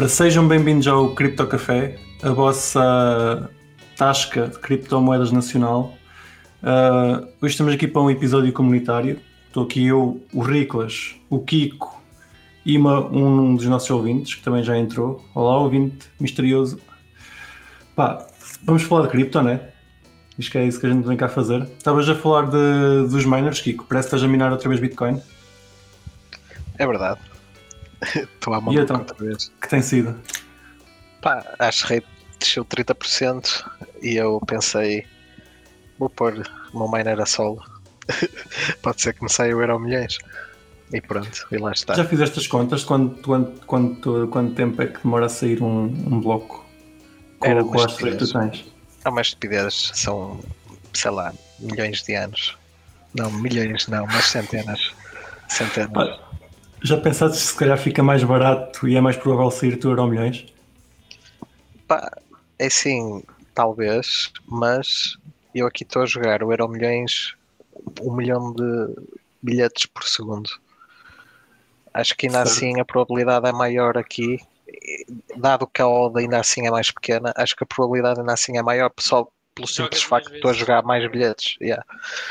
Ora, sejam bem-vindos ao Cripto Café, a vossa tasca de criptomoedas nacional. Hoje estamos aqui para um episódio comunitário. Estou aqui eu, o Riclas, o Kiko e um dos nossos ouvintes, que também já entrou. Olá, ouvinte misterioso. Pá, vamos falar de cripto, não é? Isto que é isso que a gente vem cá fazer. Estavas a falar dos miners, Kiko. Parece que estás a minar outra vez Bitcoin. É verdade. Estou a E então, outra vez. que tem sido? Pá, acho que desceu 30% e eu pensei, vou pôr o meu miner a solo. Pode ser que me saia o Euro Milhões. E pronto, e lá está. Já fizeste as contas? Quanto tempo é que demora a sair um bloco com as três que tu tens? É uma estupidez, são, sei lá, milhões de anos. Não, milhões não, mas centenas. Centenas. Já pensaste se calhar fica mais barato e é mais provável sair tu Euro Milhões? Pá, é sim, talvez, mas eu aqui estou a jogar o Euro Milhões 1 milhão de bilhetes por segundo. Acho que ainda Certo. assim a probabilidade é maior aqui, dado que a odd ainda assim é mais pequena, acho que a probabilidade ainda assim é maior só pelo simples facto de estou a jogar mais bilhetes. Yeah.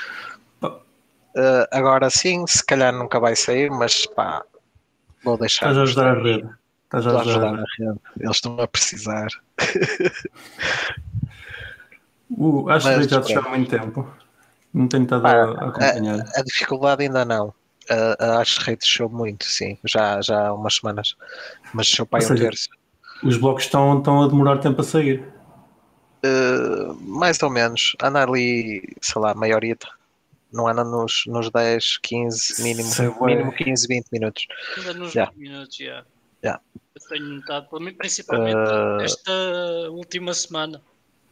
Agora sim, se calhar nunca vai sair, mas pá, vou deixar. Estás a ajudar a rede. Estou a ajudar a rede. Eles estão a precisar. Acho que já te há muito tempo. Não tenho estado a acompanhar. A dificuldade ainda não. A rate desceu muito, sim, já há umas semanas, mas desceu para aí um terço. Os blocos estão a demorar tempo a sair. Mais ou menos, anda ali, sei lá, maiorita. Não anda nos 10, 15, mínimo 15, 20 minutos. Anda nos 20 minutos, já. Eu tenho notado, principalmente esta última semana.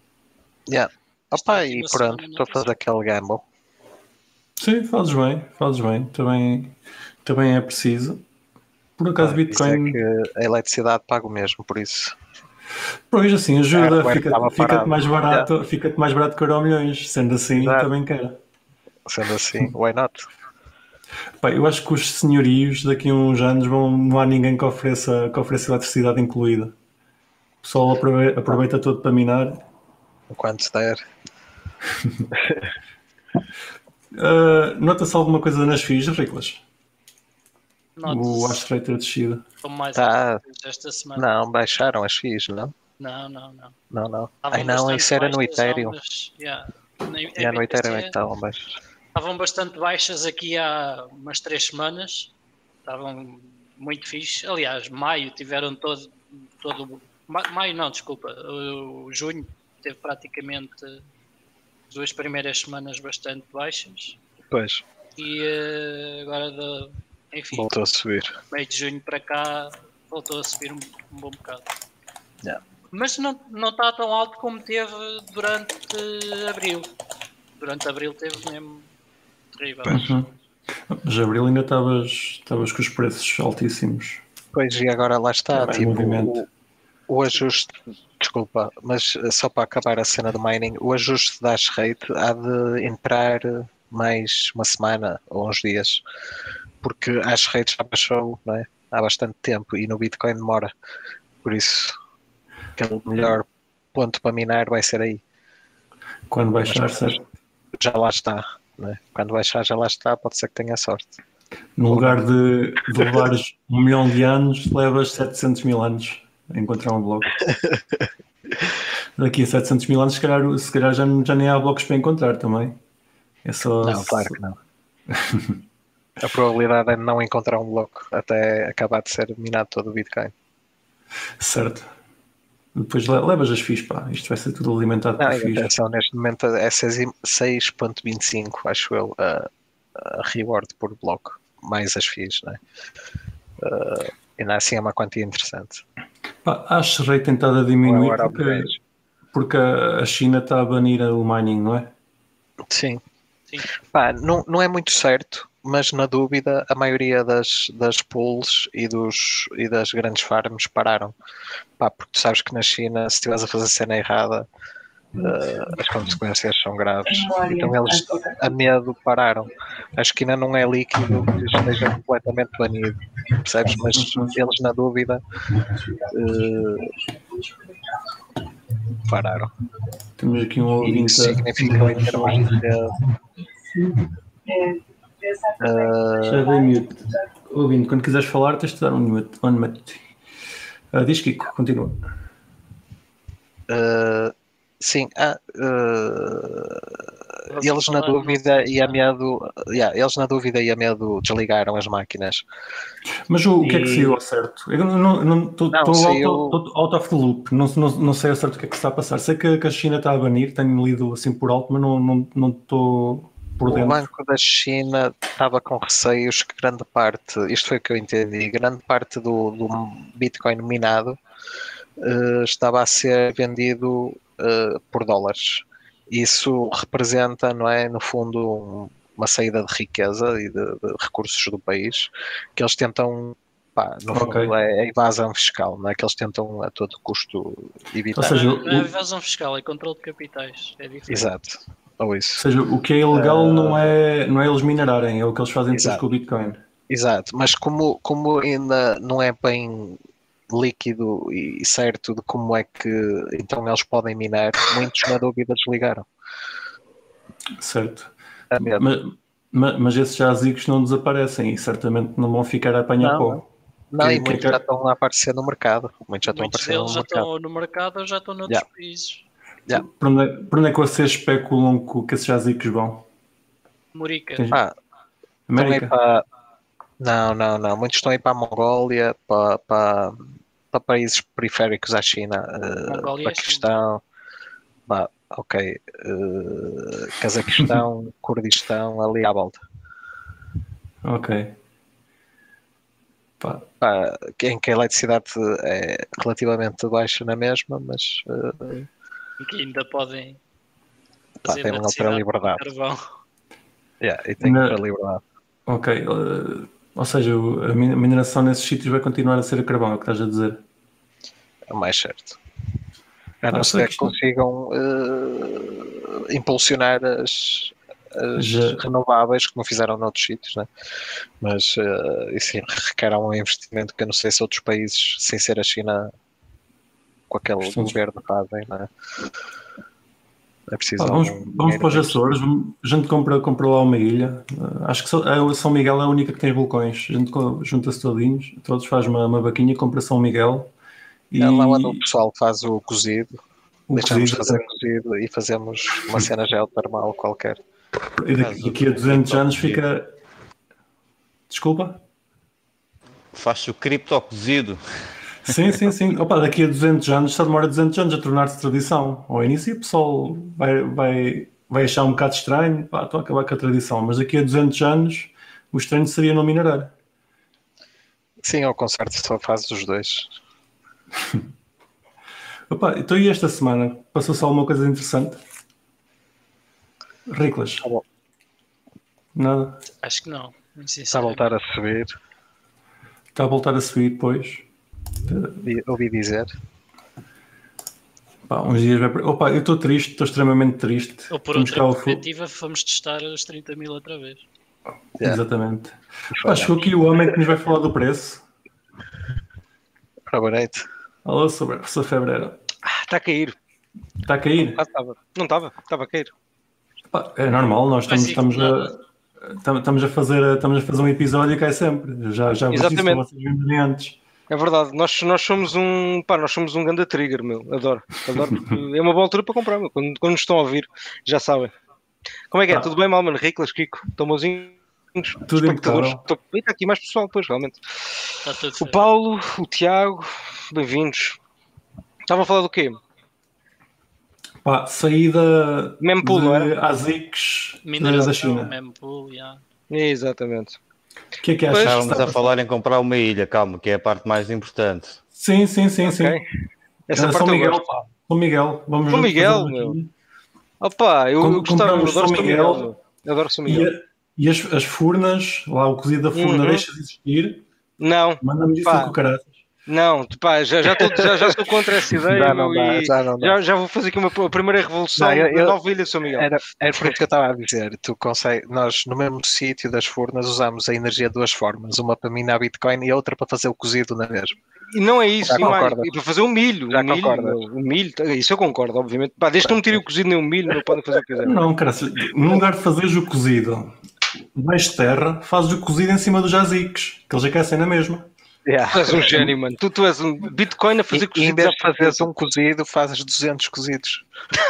Opa, e pronto, estou a fazer aquele gamble. Sim, fazes bem. Também é preciso. Por acaso, Bitcoin. Isso é que a eletricidade pago mesmo, por isso. Pois assim, ajuda, fica-te mais barato, fica-te mais barato que Euro Milhões. Sendo assim, também quero. Sendo assim, why not? Pá, eu acho que os senhorios daqui a uns anos não há ninguém que ofereça eletricidade incluída. O pessoal aproveita todo para minar. Enquanto se der. Nota-se alguma coisa nas FIIs, Riclas? O hash rate ter descido. Esta semana. Não, baixaram as FIIs, não? Não. Ai não, isso era no Ethereum. No Ethereum é que estavam baixas. Estavam bastante baixas aqui há umas 3 semanas. Estavam muito fixe. Aliás, maio tiveram todo. Maio não, desculpa. O junho teve praticamente 2 primeiras semanas bastante baixas. Pois. E agora, enfim, voltou a subir. Meio de junho para cá, voltou a subir um bom bocado. Mas não está tão alto como teve durante abril. Durante abril teve mesmo terrível. Mas abril ainda estavas com os preços altíssimos. Pois, e agora lá está, o ajuste, desculpa, mas só para acabar a cena do mining, o ajuste da hash rate há de entrar mais uma semana ou uns dias, porque a hash rate já baixou, não é? Há bastante tempo e no Bitcoin demora, por isso aquele melhor ponto para minar vai ser aí. Quando baixar, certo? Já lá está, não é? Quando baixar já lá está, pode ser que tenha sorte. No lugar de levares 1 milhão de anos, levas 700 mil anos a encontrar um bloco. Daqui a 700 mil anos, se calhar já nem há blocos para encontrar também. É só... Não, claro que não. A probabilidade é de não encontrar um bloco até acabar de ser minado todo o Bitcoin. Certo. Depois levas as FIIs, pá. Isto vai ser tudo alimentado por FIIs. Atenção, neste momento é 6.25, acho eu, a reward por bloco, mais as FIIs, não é? Ainda assim é uma quantia interessante. Pá, a hash rate tem estado a diminuir porque a China está a banir o mining, não é? Sim. Pá, não é muito certo, mas na dúvida a maioria das pools e das grandes farms pararam. Pá, porque tu sabes que na China, se estiveres a fazer cena errada, as consequências são graves. Então eles, a medo, pararam. Acho que ainda não é líquido que esteja completamente banido. percebes? Mas eles na dúvida pararam. Temos aqui um E ouvinte. isso significa em termos de Já dei mute. Ouvindo, quando quiseres falar, tens de dar um mute. Diz Kiko, continua. sim, eles na dúvida e a medo, eles na dúvida e a medo desligaram as máquinas. Mas o que é que saiu ao certo? Eu não estou out of the loop, não sei ao certo o que é que se está a passar. Sei que a China está a banir, tenho lido assim por alto, mas não estou por dentro. O Banco da China estava com receios que grande parte, isto foi o que eu entendi, grande parte do Bitcoin minado estava a ser vendido por dólares. Isso representa, não é, no fundo, uma saída de riqueza e de recursos do país que eles tentam, no fundo, é evasão fiscal, não é, que eles tentam a todo custo evitar. Ou seja, não é evasão fiscal, é controle de capitais, é diferente. Exato. Ou isso. Ou seja, o que é ilegal não é eles minerarem, é o que eles fazem depois com o Bitcoin. Exato, mas como ainda não é bem líquido e certo de como é que então eles podem minar, muitos na dúvida desligaram. Certo. Mas esses jazigos não desaparecem e certamente não vão ficar a apanhar pó. Não, e muitos já estão a aparecer no mercado. Muitos deles já estão no mercado ou já estão noutros países. Por onde é que vocês especulam que esses jazigos vão? Morica. América? Não. Muitos estão aí para a Mongólia, para países periféricos à China, Paquistão, Cazaquistão, Kurdistão, ali à volta. Ok. Em que a eletricidade é relativamente baixa na mesma, mas e que ainda podem tem uma outra liberdade. E tem outra liberdade. Ok. Ou seja, a mineração nesses sítios vai continuar a ser a carvão, é o que estás a dizer? É o mais certo. A não ser que consigam impulsionar as renováveis, que não fizeram noutros sítios, né? Mas isso requer um investimento que eu não sei se outros países, sem ser a China, com aquele governo fazem, não é? É preciso vamos para os Açores, a gente compra lá uma ilha. Acho que São Miguel é a única que tem vulcões. A gente junta-se todos, faz uma vaquinha, compra São Miguel. E lá onde o pessoal faz o cozido, deixamos de fazer cozido e fazemos uma cena geotermal qualquer. E daqui a 200 anos fica... Desculpa? Faz o cripto cozido. Sim. Opa, daqui a 200 anos, só demora 200 anos a tornar-se tradição. Ao início o pessoal vai achar um bocado estranho, estou a acabar com a tradição, mas daqui a 200 anos o estranho seria não minerar. Sim, ao concerto só faz os dois. Opa, então e esta semana? Passou-se alguma coisa interessante? Riclas? Tá bom. Nada? Acho que não. Está a voltar a subir. Está a voltar a subir, pois. Ouvi dizer. Uns dias vai... Opa, eu estou triste, estou extremamente triste. Ou por outra perspectiva, fomos testar os 30 mil outra vez. Exatamente. Chegou aqui o homem que nos vai falar do preço. Boa noite. Alô, sou Febrero. Está a cair. Está a cair? Não estava a cair. É normal, nós estamos a fazer um episódio que cai sempre. Já exatamente. Vos disse, vocês antes. É verdade, nós somos um ganda trigger, meu. Adoro, porque é uma boa altura para comprar, meu. Quando nos estão a ouvir, já sabem. Como é que é? Tudo bem, Malman? Riclas, Kiko? Estão bonzinhos? Tudo impecável. Está aqui mais pessoal, pois, realmente. O Paulo, o Tiago, bem-vindos. Estavam a falar do quê? Saída Mempool, de ASICs da China. Mempool, Exatamente. O que é que achas? Estávamos a falar em comprar uma ilha, calma, que é a parte mais importante. Sim. Okay. Essa São parte Miguel, pá. São Miguel. Vamos São Miguel, meu. Opa, eu gostava, adoro São Miguel. Adoro São Miguel. E as furnas, lá o cozido da furna deixa de existir. Não. Manda-me isso com caraças. Não, pá, já sou contra essa ideia já vou fazer aqui a primeira revolução da nova Ilha de São Miguel. Era por isso que eu estava a dizer. Nós, no mesmo sítio das Furnas, usamos a energia de duas formas. Uma para minar Bitcoin e a outra para fazer o cozido na mesma. E não é isso, e para fazer o milho. O milho, isso eu concordo, obviamente. Pá, desde que não me tirem o cozido nem o milho, não podem fazer o que quiserem. Não, cara, no lugar de fazeres o cozido mais terra, fazes o cozido em cima dos jaziques, que eles aquecem na mesma. Tu és um gênio, mano. Tu és um Bitcoin a fazer cozido. E em vez de fazeres um cozido, fazes 200 cozidos.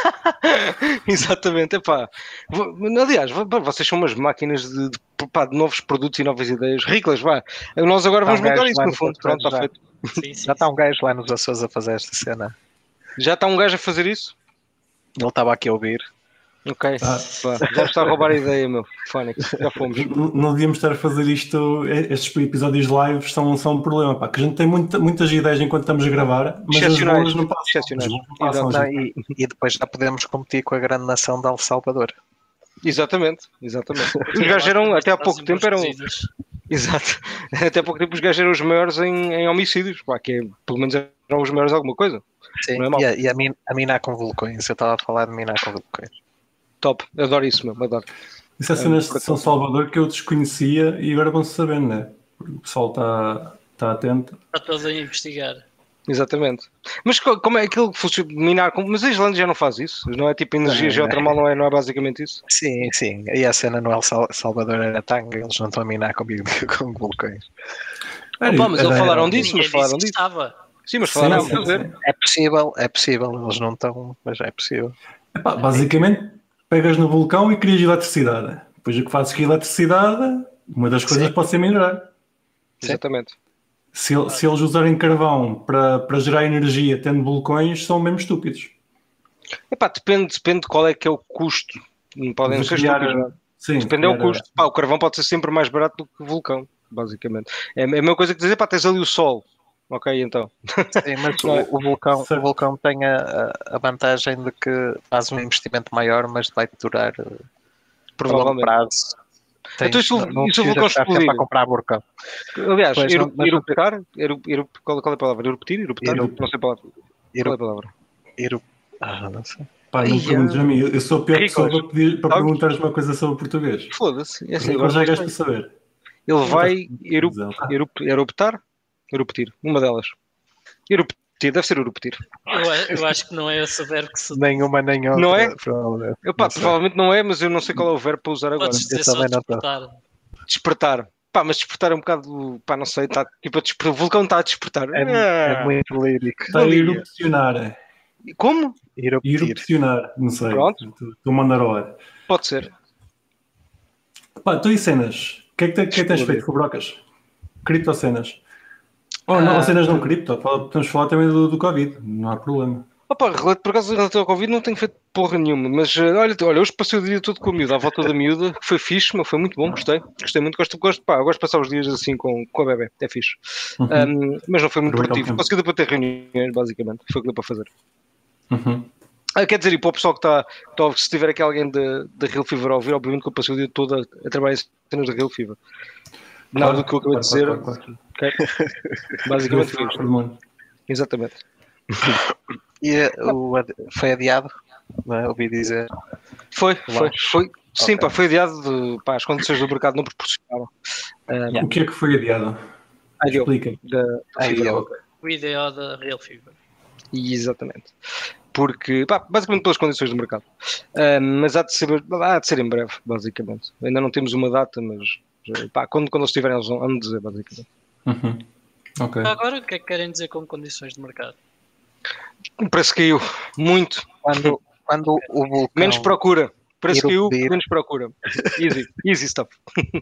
Exatamente, epá. Aliás, vocês são umas máquinas de novos produtos e novas ideias. Riclas, vá. Nós agora vamos montar isso no fundo. Pronto, está feito. Sim. Já está um gajo lá nos Açores a fazer esta cena. Já está um gajo a fazer isso? Ele estava aqui a ouvir. Ok, já está a roubar a ideia, meu. Fónix, já fomos. Não devíamos estar a fazer isto. Estes episódios live são um problema, pá, que a gente tem muitas ideias enquanto estamos a gravar, mas as boas não passam. E depois já podemos competir com a grande nação de El Salvador. Exatamente. Os gajos eram, até há pouco tempo eram... Exato. Até há pouco tempo os gajos eram os maiores em homicídios, pá, que pelo menos eram os maiores alguma coisa. Sim, não é mau. E a minar com vulcões. Eu estava a falar de minar com vulcões. Top, adoro isso mesmo, adoro. Isso é cenas de São Salvador que eu desconhecia e agora vão-se sabendo, né? Porque o pessoal está atento. Está todo a investigar. Exatamente. Mas como é aquilo que fosse minar com... Mas a Islândia já não faz isso? Não é tipo energia geotermal, não é basicamente isso? Sim. E a cena no El Salvador era tanga, eles não estão a minar com vulcões. Mas eles falaram disso, mas falaram disso. Sim, mas falaram de fazer. É possível, eles não estão, mas é possível. Epá, basicamente, pegas no vulcão e crias eletricidade. Depois o que fazes com a eletricidade, uma das coisas pode ser minerar. Exatamente. Se eles usarem carvão para gerar energia tendo vulcões, são mesmo estúpidos. Epá, depende de qual é que é o custo. Não podem não ser estúpidos. Sim, depende do custo. Pá, o carvão pode ser sempre mais barato do que o vulcão, basicamente. É a mesma coisa que dizer, pá, tens ali o sol. Ok, então. Sim, mas o vulcão tem a vantagem de que faz um investimento maior, mas vai durar provavelmente. Prazo. Então isso o vulcão explodir. Para comprar vulcão. Aliás, eruptar, qual é a palavra? Eruptir? Não sei a palavra. Qual é a palavra? Não sei. Pá, não perguntes a mim, eu sou a pior pessoa para perguntares uma coisa sobre português. Foda-se. Agora já gasto para saber. Ele vai eruptar? Eruptir, uma delas. Eruptir, deve ser eruptir. Eu acho que não é esse o verbo que se... Nenhuma, nem outra. Não é? Provavelmente não é, mas eu não sei qual é o verbo para usar agora. Podes dizer só despertar. Despertar. Pá, mas despertar é um bocado... Pá, não sei, está tipo a despertar. O vulcão está a despertar. É muito lírico. Está a erupcionar. Como? Erupcionar, não sei. Pronto. Estou a mandar ao ar. Pode ser. Pá, tu e cenas? O que é que tens feito com brocas? Criptocenas? Não, cenas não cripto, podemos falar também do Covid, não há problema. Por acaso, relação ao Covid, não tenho feito porra nenhuma, mas olha, hoje passei o dia todo com a miúda, à volta da miúda, que foi fixe, mas foi muito bom, gostei muito, gosto de passar os dias assim com a bebé, é fixe. Mas não foi muito produtivo, consegui para ter reuniões, basicamente, foi o que deu para fazer. Quer dizer, e para o pessoal que está, se tiver aqui alguém da Real Fever a ouvir, obviamente que eu passei o dia todo a trabalhar em cenas da Real Fever. Nada do que eu acabei de dizer. Claro. Okay? Basicamente foi isto. Exatamente. E foi adiado? Não é? Ouvi dizer. Foi. Sim, okay. Foi adiado. As condições do mercado não proporcionaram. O que é que foi adiado? Explica. O IDO da Real Fever. Exatamente. Porque, basicamente pelas condições do mercado. Mas há de ser em breve, basicamente. Ainda não temos uma data, mas quando eles estiverem, eles vão dizer, basicamente. Okay. Agora, o que é que querem dizer com condições de mercado? O preço caiu muito. Quando o vulcão... Menos procura. O preço caiu, menos procura. Easy stuff.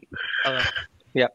Yeah.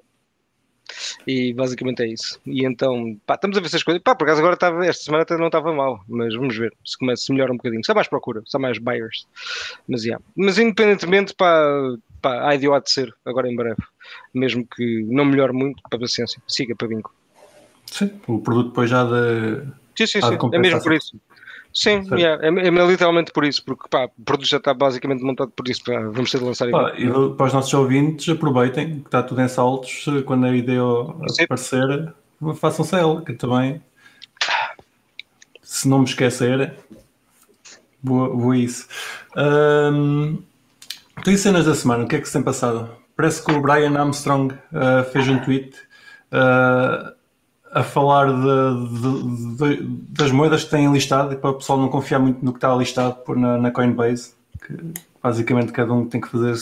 E basicamente é isso. E então, estamos a ver essas coisas. Por acaso agora esta semana até não estava mal, mas vamos ver se melhora um bocadinho. Se há mais procura, se há mais buyers. Mas independentemente, a IDO há de ser agora em breve. Mesmo que não melhore muito, para paciência. Siga para bingo. Sim, o produto depois já de... Sim. É mesmo por isso. Sim, é literalmente por isso, porque o produto já está basicamente montado por isso. Vamos ter de lançar e para os nossos ouvintes, aproveitem que está tudo em saltos. Quando a IDO aparecer, façam sale, que eu também, se não me esquecer, vou a isso. Tu e cenas da semana, o que é que se tem passado? Parece que o Brian Armstrong fez um tweet a falar das moedas que têm listado, e para o pessoal não confiar muito no que está listado na Coinbase, que basicamente cada um tem que fazer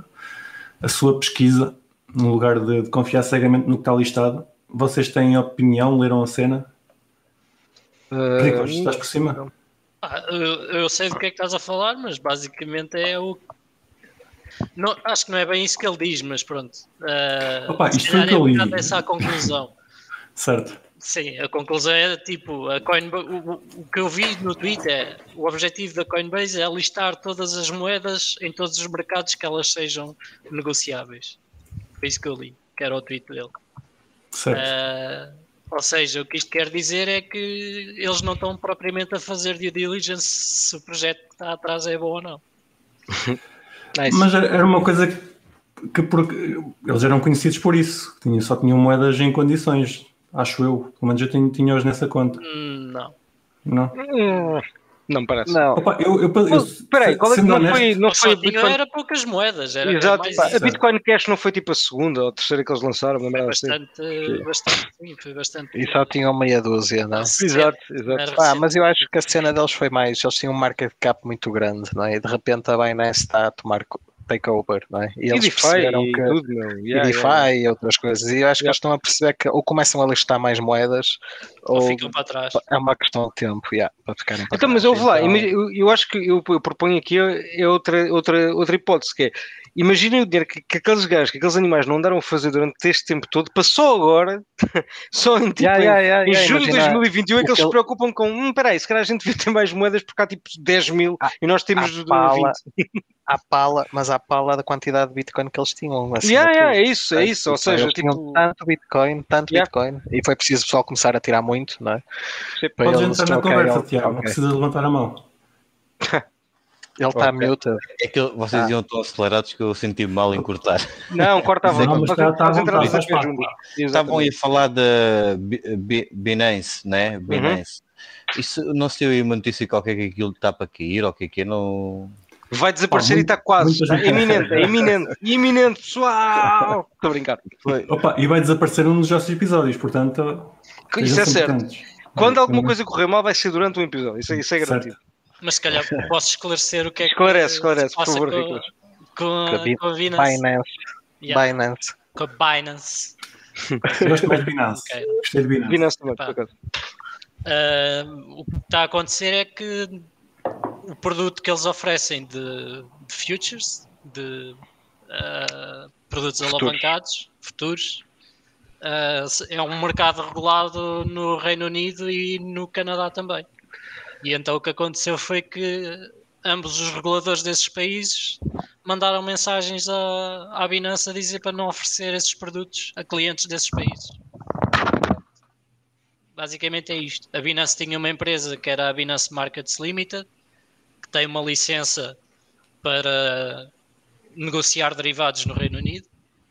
a sua pesquisa no lugar de confiar cegamente no que está listado. Vocês têm opinião? Leram a cena? Ricos, estás por cima? Eu sei do que é que estás a falar, mas basicamente é o... Não, acho que não é bem isso que ele diz, mas pronto. Isto foi o que eu li. Essa a conclusão. Certo. Sim, a conclusão é tipo, o que eu vi no tweet é o objetivo da Coinbase é listar todas as moedas em todos os mercados que elas sejam negociáveis. Foi isso que eu li, que era o tweet dele. Certo. Ou seja, o que isto quer dizer é que eles não estão propriamente a fazer due diligence se o projeto que está atrás é bom ou não. Mas era uma coisa que porque eles eram conhecidos por isso, só tinham moedas em condições, acho eu. Pelo menos eu tinha-os nessa conta. Não. Não? Não parece. Não. Espera aí, qual é que não foi a Bitcoin? Era poucas moedas. Exato. A Bitcoin Cash não foi tipo a segunda ou a terceira que eles lançaram? Foi bastante. E só tinham meia dúzia, não é? Exato. Mas eu acho que a cena deles foi mais. Eles tinham um market cap muito grande, não é? E de repente a Binance está a tomar takeover, não é? E eles perceberam que tudo, DeFi e outras coisas. E eu acho que eles estão a perceber que ou começam a listar mais moedas ou ficam para trás. É uma questão de tempo, para ficarem para trás. Mas eu vou lá, eu acho que eu proponho aqui outra hipótese, que é: imaginem o dinheiro que aqueles gajos, que aqueles animais não andaram a fazer durante este tempo todo, passou agora, só em julho de 2021 é que eles se preocupam com espera aí, se calhar a gente devia ter mais moedas porque há tipo 10 mil e nós temos 20. Mas à pala da quantidade de Bitcoin que eles tinham. Assim, é isso. Ou seja, eles tinham tanto Bitcoin, e foi preciso o pessoal começar a tirar muito, não é? Podes entrar na conversa, Tiago, não precisa levantar a mão. Ele está muted. É que vocês iam tão acelerados que eu senti mal em cortar. Não, corta a voz. Estavam a falar da Binance, né? Binance. Isso não sei aí uma notícia qualquer que aquilo está para cair ou que é não... Vai desaparecer e está quase. É iminente, pessoal. Estou a brincar. E vai desaparecer um dos nossos episódios, portanto... Isso é certo. Quando alguma coisa correr mal, vai ser durante um episódio. Isso é garantido. Mas se calhar posso esclarecer o que é que... Esclarece, por favor, Ricardo. Com a Binance. Com a Binance. Eu gosto mais de Binance. Gostei de Binance. Binance também, por acaso. O que está a acontecer é que o produto que eles oferecem de futures, de produtos alavancados, futuros, é um mercado regulado no Reino Unido e no Canadá também. E então o que aconteceu foi que ambos os reguladores desses países mandaram mensagens à Binance a dizer para não oferecer esses produtos a clientes desses países. Basicamente é isto. A Binance tinha uma empresa que era a Binance Markets Limited, que tem uma licença para negociar derivados no Reino Unido,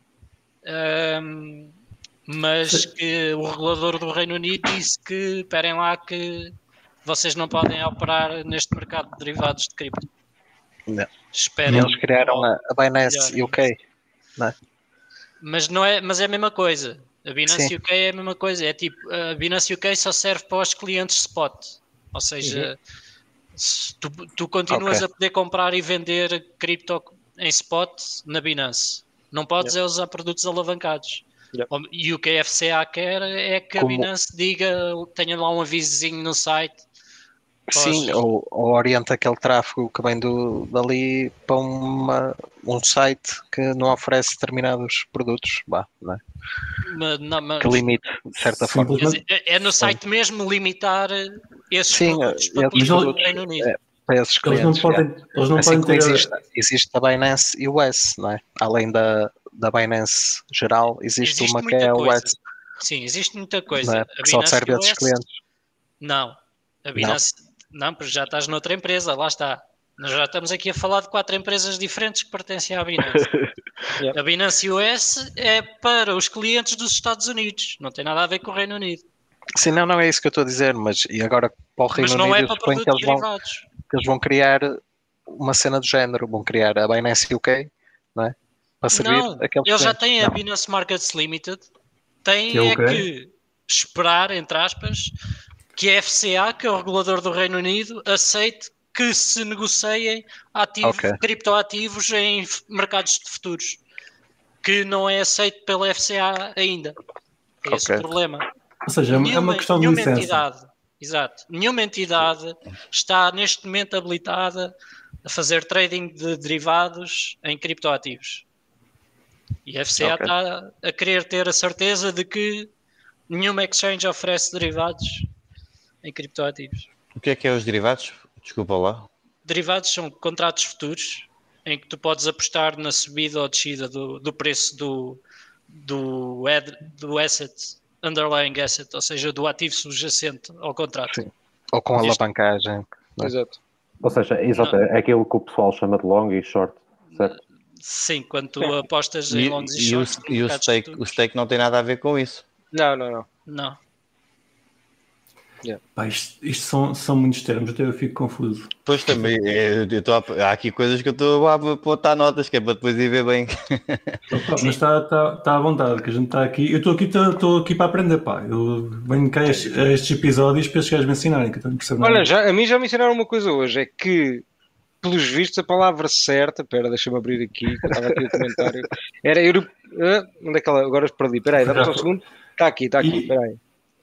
mas que o regulador do Reino Unido disse que, esperem lá, que vocês não podem operar neste mercado de derivados de cripto. Não. Esperem. Eles criaram a Binance UK. Não é? Mas é a mesma coisa. A Binance Sim. UK é a mesma coisa. É tipo, a Binance UK só serve para os clientes spot. Ou seja, tu continuas a poder comprar e vender cripto em spot na Binance. Não podes usar produtos alavancados. E o que a FCA quer é que a Binance diga, tenha lá um avisozinho no site. Sim, ou orienta aquele tráfego que vem dali para um site que não oferece determinados produtos, não é? Que limite, de certa forma. É no site mesmo limitar esses produtos para o Reino Unido. Para esses clientes. Eles não podem ter... existe a Binance US, não é? Além da Binance geral, existe uma que é a US. Sim, existe muita coisa. É? Que só serve a esses clientes. Não, a Binance... Não, porque já estás noutra empresa, lá está. Nós já estamos aqui a falar de 4 empresas diferentes que pertencem à Binance. A Binance US é para os clientes dos Estados Unidos, não tem nada a ver com o Reino Unido. Sim, não é isso que eu estou a dizer, mas e agora para o Reino Mas não Unido é eu para suponho que produtos eles derivados. vão criar uma cena do género, vão criar a Binance UK, não é? Para servir Não, aqueles eles já clientes. têm a Não. Binance Markets Limited, Que têm é o é quê? que esperar, entre aspas, que a FCA, que é o regulador do Reino Unido, aceite que se negociem Ok. criptoativos em mercados de futuros, que não é aceito pela FCA ainda. É esse o problema. Ou seja, é uma questão de licença. Entidade, exato, nenhuma entidade está neste momento habilitada a fazer trading de derivados em criptoativos. E a FCA está a querer ter a certeza de que nenhuma exchange oferece derivados em criptoativos. O que é os derivados? Desculpa lá. Derivados são contratos futuros em que tu podes apostar na subida ou descida do preço do asset, underlying asset, ou seja, do ativo subjacente ao contrato. Sim. Ou com alavancagem. Exato. Ou seja, exato, é aquilo que o pessoal chama de long e short, certo? Sim, quando tu apostas em longs e shorts. E o stake não tem nada a ver com isso. Não. Não. Pá, isto são muitos termos, eu fico confuso. Pois também, há aqui coisas que eu estou a botar notas, que é para depois ir ver bem. Mas está à vontade, que a gente está aqui. Eu estou aqui para aprender, pá. Eu venho cá a estes episódios para estes gajos me ensinarem, que eu não percebo nada. Olha, a mim já me ensinaram uma coisa hoje, é que, pelos vistos, a palavra certa, espera, deixa-me abrir aqui, que eu estava aqui o comentário, era onde é que ela, agora perdi, espera aí, dá-me só um segundo, está aqui, espera aí.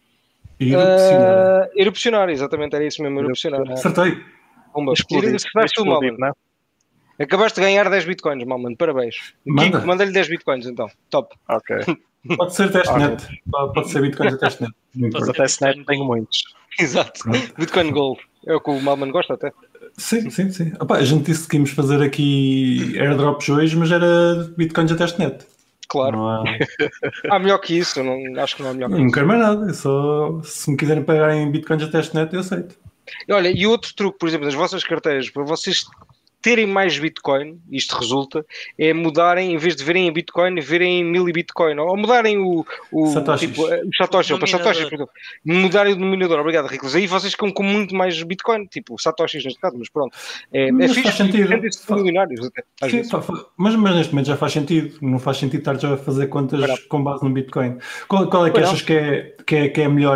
Erupcionar, exatamente, era isso mesmo, erupcionar. Acertei. Não? Acabaste de ganhar 10 bitcoins, Malman, parabéns. Kiko, manda-lhe 10 bitcoins então, top. Ok. Pode ser testnet, pode ser bitcoins a testnet. A testnet tenho muitos. Exato, Bitcoin Gold, é o que o Malman gosta até. Sim. Opa, a gente disse que íamos fazer aqui airdrops hoje, mas era bitcoins a testnet. Claro. Há melhor que isso, acho que não há melhor que isso. Não quero mais nada, se me quiserem pagar em bitcoins a testnet, eu aceito. Olha, e outro truque, por exemplo, das vossas carteiras, para vocês terem mais Bitcoin, isto resulta, é mudarem, em vez de verem em Bitcoin, verem em milibitcoin, ou mudarem o Satoshis. Tipo, o Satoshi, ou para Satoshi, mudarem o denominador, obrigado, Ricos. Aí vocês ficam com muito mais Bitcoin, tipo Satoshis neste caso, mas pronto. Mas fixe, faz sentido. milionários até. Sim, mas neste momento já faz sentido. Não faz sentido estar já a fazer contas com base no Bitcoin. Qual é que achas que é a melhor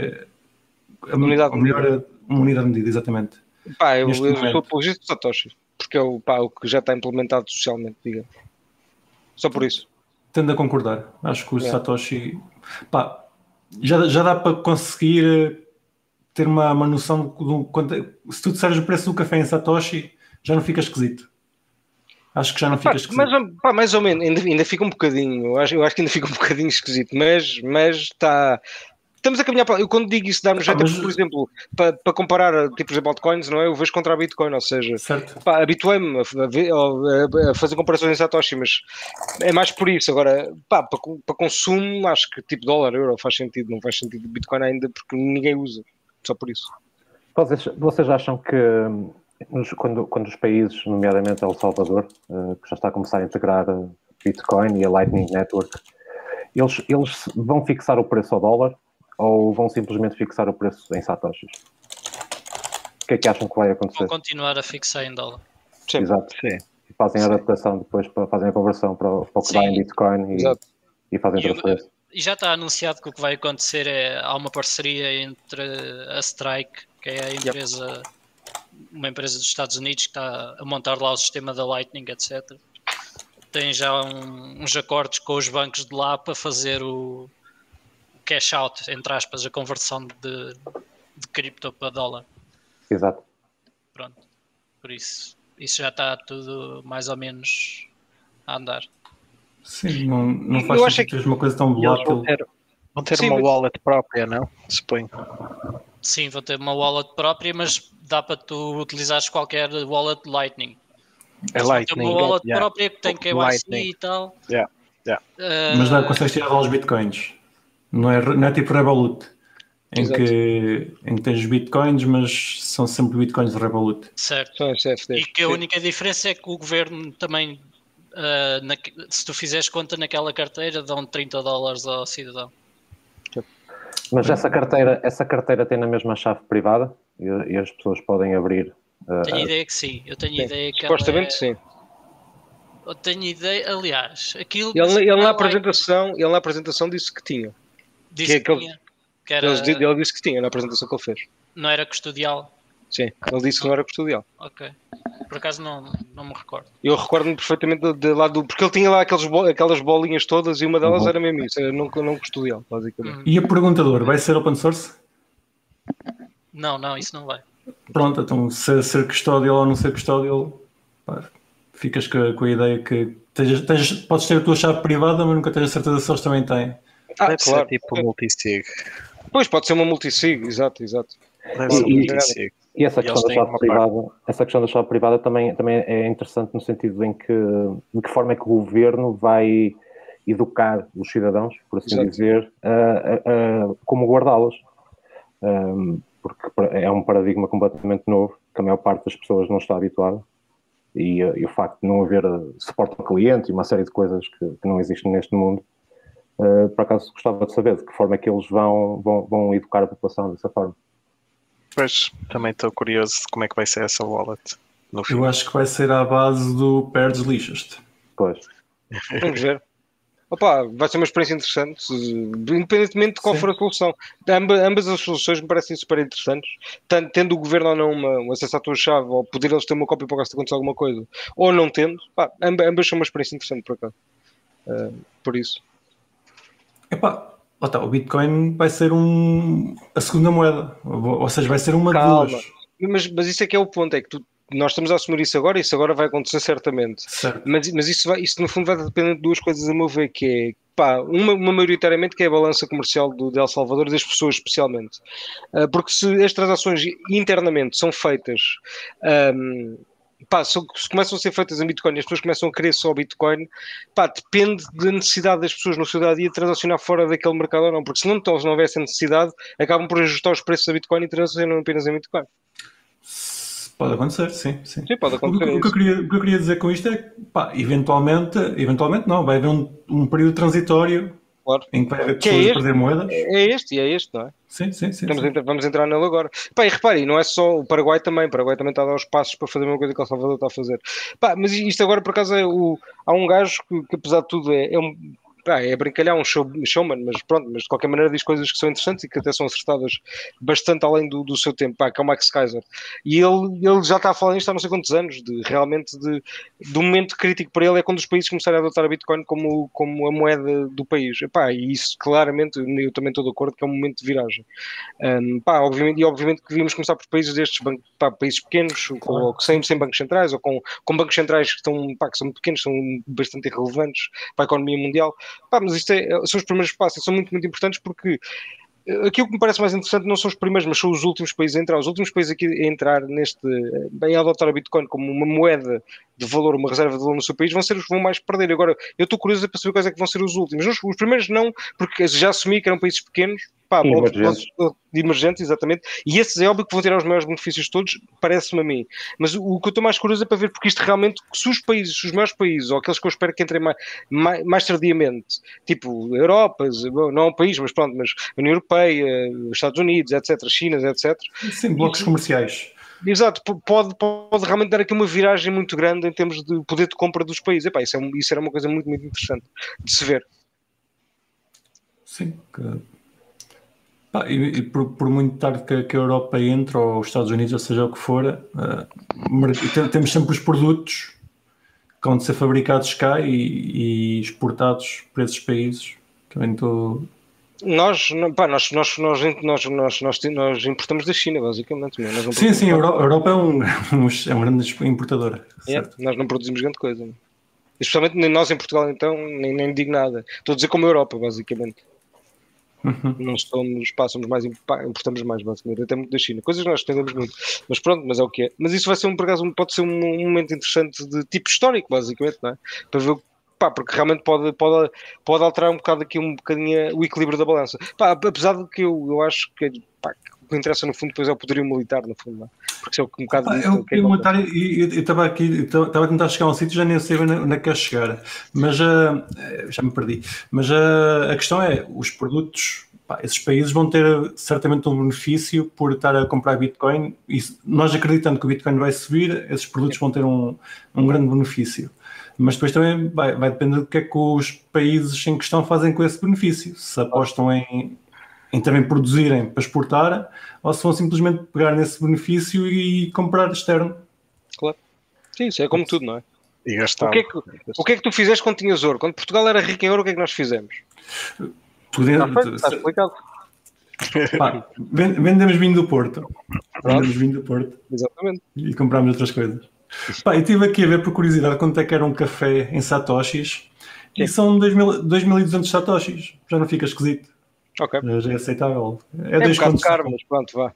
unidade de medida, exatamente? Pá, eu sou apologista de Satoshi, porque é o que já está implementado socialmente, diga. Só por isso. Tendo a concordar. Acho que o Satoshi... Pá, já dá para conseguir ter uma noção de se tu disseres o preço do café em Satoshi, já não fica esquisito. Acho que já não fica esquisito. Mas, mais ou menos, ainda fica um bocadinho. Eu acho que ainda fica um bocadinho esquisito, mas está... Estamos a caminhar para... Eu quando digo isso dá-me jeito, por exemplo, para comparar tipos de altcoins, não é? Eu vejo contra a Bitcoin, ou seja, habituei-me a fazer comparações em Satoshi, mas é mais por isso. Agora, para consumo, acho que tipo dólar, euro faz sentido, não faz sentido Bitcoin ainda porque ninguém usa, só por isso. Vocês acham que quando os países, nomeadamente El Salvador, que já está a começar a integrar Bitcoin e a Lightning Network, eles vão fixar o preço ao dólar ou vão simplesmente fixar o preço em Satoshis? O que é que acham que vai acontecer? Vão continuar a fixar em dólar. Sim. Exato. Sim. E fazem a adaptação depois, fazem a conversão para o que dá em Bitcoin e fazem transferência. E já está anunciado que o que vai acontecer há uma parceria entre a Strike, que é a empresa, uma empresa dos Estados Unidos que está a montar lá o sistema da Lightning, etc. Tem já uns acordos com os bancos de lá para fazer o cash out, entre aspas, a conversão de cripto para dólar. Exato. Pronto. Por isso já está tudo mais ou menos a andar. Sim, não faz sentido ter uma coisa tão volátil. Vão ter uma wallet própria, não? Suponho. Sim, vão ter uma wallet própria, mas dá para tu utilizares qualquer wallet Lightning. É Lightning. Uma wallet própria que tem KYC e tal. Mas consegues tirar lá os bitcoins. Não é tipo Revolut, em que tens bitcoins, mas são sempre bitcoins de Revolut. Certo. E que a única diferença é que o governo também se tu fizeres conta naquela carteira, dão $30 ao cidadão. Mas essa carteira tem na mesma chave privada e as pessoas podem abrir. Tenho ideia que sim. Eu tenho ideia que supostamente sim. Eu tenho ideia, aliás, aquilo. Ele na apresentação disse que tinha. Disse que tinha. Que era... Ele disse que tinha na apresentação que ele fez. Não era custodial? Sim, ele disse que não era custodial. Ok. Por acaso não me recordo. Eu recordo-me perfeitamente de lá do... Porque ele tinha lá aquelas bolinhas todas e uma delas era mesmo isso, era não custodial, basicamente. E a perguntador, vai ser open source? Não, isso não vai. Pronto, então ser custódio ou não ser custódio, ficas com a ideia que podes ter a tua chave privada, mas nunca tens a certeza se eles também têm. Deve ser tipo multisig. Pois, pode ser uma multisig, exato. Deve ser multisig. E essa questão da chave privada também é interessante no sentido em que de que forma é que o governo vai educar os cidadãos, por assim dizer, como guardá-las. Porque é um paradigma completamente novo, que a maior parte das pessoas não está habituada. E o facto de não haver suporte ao cliente e uma série de coisas que não existem neste mundo, por acaso gostava de saber de que forma é que eles vão educar a população dessa forma. Pois, também estou curioso de como é que vai ser essa wallet. Eu acho que vai ser à base do perdes lixas-te. Pois. Vamos ver. Opa, vai ser uma experiência interessante, independentemente de qual for a solução. Ambas as soluções me parecem super interessantes, tendo o governo ou não um acesso à tua chave, ou poder eles ter uma cópia para caso acontecer alguma coisa, ou não tendo, ambas são uma experiência interessante por acaso. Por isso. O Bitcoin vai ser a segunda moeda, ou seja, vai ser uma de duas. Mas isso é que é o ponto, é que nós estamos a assumir isso agora vai acontecer certamente. Certo. Mas isso no fundo vai depender de duas coisas a meu ver, que é uma maioritariamente que é a balança comercial de El Salvador e das pessoas especialmente. Porque se as transações internamente são feitas se começam a ser feitas em Bitcoin e as pessoas começam a querer só Bitcoin, depende da necessidade das pessoas no seu dia a dia de transacionar fora daquele mercado ou não, porque se não houvesse necessidade, acabam por ajustar os preços da Bitcoin e transacionam apenas em Bitcoin. Pode acontecer, sim. Sim, pode acontecer. O que eu queria dizer com isto é que, eventualmente não, vai haver um período transitório, claro, em que vai haver pessoas a perder moedas. É este, não é? Sim. Vamos entrar nele agora. E repare, não é só o Paraguai também está a dar os passos para fazer a mesma coisa que El Salvador está a fazer. Mas isto agora, por acaso, há um gajo que apesar de tudo, é brincalhar, um showman, mas pronto, mas de qualquer maneira diz coisas que são interessantes e que até são acertadas bastante além do seu tempo, que é o Max Kaiser. E ele já está a falar nisto há não sei quantos anos, do momento crítico para ele é quando os países começarem a adotar a Bitcoin como a moeda do país. E isso claramente, eu também estou de acordo que é um momento de viragem. Obviamente que devíamos começar por países destes, países pequenos, ou sem bancos centrais, ou com bancos centrais que são muito pequenos, são bastante irrelevantes para a economia mundial. Mas isto são os primeiros passos, são muito, muito importantes porque aquilo que me parece mais interessante não são os primeiros, mas são os últimos países a entrar. Os últimos países aqui a entrar em adotar a Bitcoin como uma moeda de valor, uma reserva de valor no seu país, vão ser os que vão mais perder. Agora, eu estou curioso para saber quais é que vão ser os últimos. Os primeiros não, porque já assumi que eram países pequenos, emergentes, exatamente, e esses é óbvio que vão tirar os maiores benefícios de todos, parece-me a mim. Mas o que eu estou mais curioso é para ver, porque isto realmente, se os maiores países, ou aqueles que eu espero que entrem mais tardiamente, tipo Europa, não é um país, mas pronto, mas a União Europeia, os Estados Unidos, etc., China, etc. Sim, blocos comerciais. Exato, pode realmente dar aqui uma viragem muito grande em termos de poder de compra dos países. Isso era uma coisa muito, muito interessante de se ver. Sim, e por muito tarde que a Europa entre, ou os Estados Unidos, ou seja o que for, temos sempre os produtos que vão de ser fabricados cá e exportados para esses países. Também estou... Nós importamos da China, basicamente. Sim, a Europa é uma grande importadora. Nós não produzimos grande coisa. Especialmente nós em Portugal, então, nem digo nada. Estou a dizer como a Europa, basicamente. Não somos, importamos mais, basicamente, até muito da China. Coisas que nós entendemos muito. Mas pronto, mas é o que é. Mas isso vai ser pode ser um momento interessante de tipo histórico, basicamente, não é? Para ver porque realmente pode alterar um bocadinho o equilíbrio da balança. Apesar de que eu acho que que interessa no fundo depois é o poderio militar, no fundo, não é? Porque isso é um bocado disso. É o poderio militar, e eu estava aqui, estava a tentar chegar a um sítio, já nem sei onde é que quero chegar, mas já me perdi. Mas a questão é, os produtos, esses países vão ter certamente um benefício por estar a comprar Bitcoin, e nós acreditando que o Bitcoin vai subir, esses produtos vão ter um grande benefício. Mas depois também vai depender do que é que os países em questão fazem com esse benefício. Se apostam em também produzirem para exportar, ou se vão simplesmente pegar nesse benefício e comprar externo. Claro. Sim, isso é como tudo, não é? E gastar. O que é que tu fizeste quando tinhas ouro? Quando Portugal era rico em ouro, o que é que nós fizemos? Está explicado. Vendemos vinho do Porto. Vendemos vinho do Porto. Exatamente. E compramos outras coisas. E estive aqui a ver por curiosidade quanto é que era um café em satoshis. E são 2.200 satoshis. Já não fica esquisito. Ok. Já é aceitável. É um bocado caro, mas pronto, vá.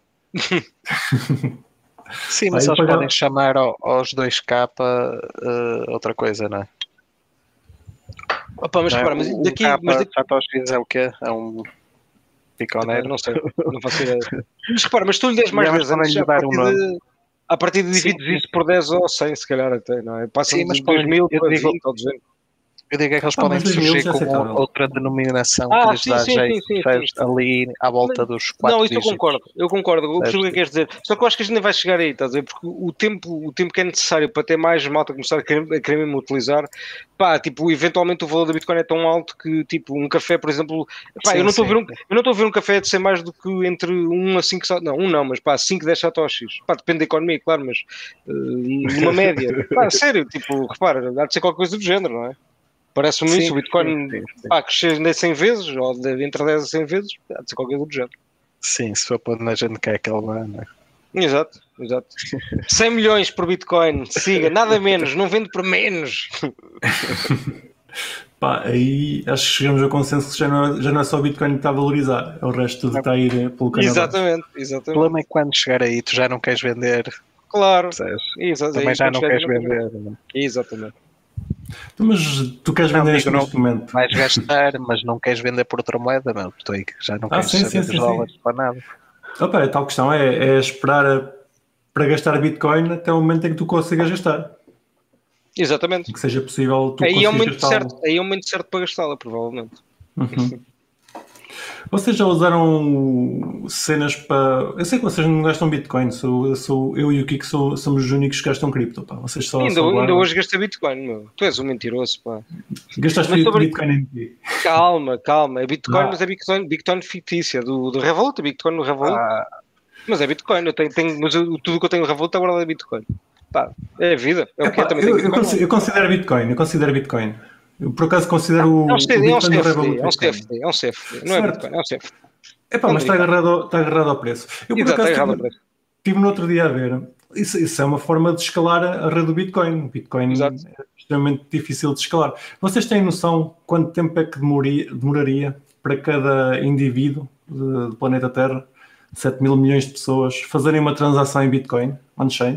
Sim, mas eles podem chamar aos 2K outra coisa, não é? Opa, mas repara, mas daqui... Satoshis é o quê? É um piconero? Não sei, não faço ideia. Mas repara, mas tu lhe des mais 10 anos, a partir de divides isso por 10 ou 100, se calhar até, não é? Passa de 2.000 para 20 ou 200. Eu digo é que eles podem surgir com outra denominação que lhes dá jeito ali à volta dos 4 Não, isso eu concordo. Eu percebo o que queres dizer. Só que eu acho que a gente nem vai chegar aí, estás a ver? Porque o tempo que é necessário para ter mais malta começar a querer mesmo utilizar, tipo, eventualmente o valor da Bitcoin é tão alto que, tipo, um café, por exemplo, eu não estou a ver um café de ser mais do que entre 1 a 5, não, mas 5, 10 satoshis. Depende da economia, claro, mas numa média. Sério, tipo, repara, há de ser qualquer coisa do género, não é? Parece-me isso, o Bitcoin crescer 100 vezes, ou entre 10 a 100 vezes, há de ser qualquer coisa do género. Sim, se for para onde a gente quer que ele vá, não é? Exato. 100 milhões por Bitcoin, siga, nada menos, não vende por menos. Aí acho que chegamos ao consenso que já não é só o Bitcoin que está a valorizar, é o resto tudo está a ir pelo canal. Exatamente. O problema é que quando chegar aí tu já não queres vender. Claro. Também já não queres vender. Exatamente. Mas tu queres vender isto neste momento? Vais gastar, mas não queres vender por outra moeda, meu. Tu aí já não queres saber dos dólares para nada. A tal questão é esperar para gastar Bitcoin até o momento em que tu consigas gastar. Exatamente. Que seja possível tu aí conseguires gastá-lo. Aí é o momento certo para gastá-la, provavelmente. Uhum. Vocês já usaram cenas para... Eu sei que vocês não gastam Bitcoin, eu e o Kiko somos os únicos que gastam cripto. Pá. Vocês só ainda hoje gastei Bitcoin, meu. Tu és um mentiroso, pá. Gastaste Bitcoin em ti? Calma. É Bitcoin, mas é Bitcoin fictícia, do Revolut, Bitcoin no Revolut. Mas é Bitcoin, mas tudo que eu tenho no Revolut está guardado em Bitcoin. Pá, é a vida. É o que também eu considero Bitcoin. Eu por acaso considero o Bitcoin no Revolut. É um CFD, não é Bitcoin, é um CFD. Mas está agarrado ao preço. Eu por acaso estive no outro dia a ver. Isso é uma forma de escalar a rede do Bitcoin. Bitcoin é extremamente difícil de escalar. Vocês têm noção quanto tempo é que demoraria para cada indivíduo do planeta Terra, 7 mil milhões de pessoas, fazerem uma transação em Bitcoin on-chain?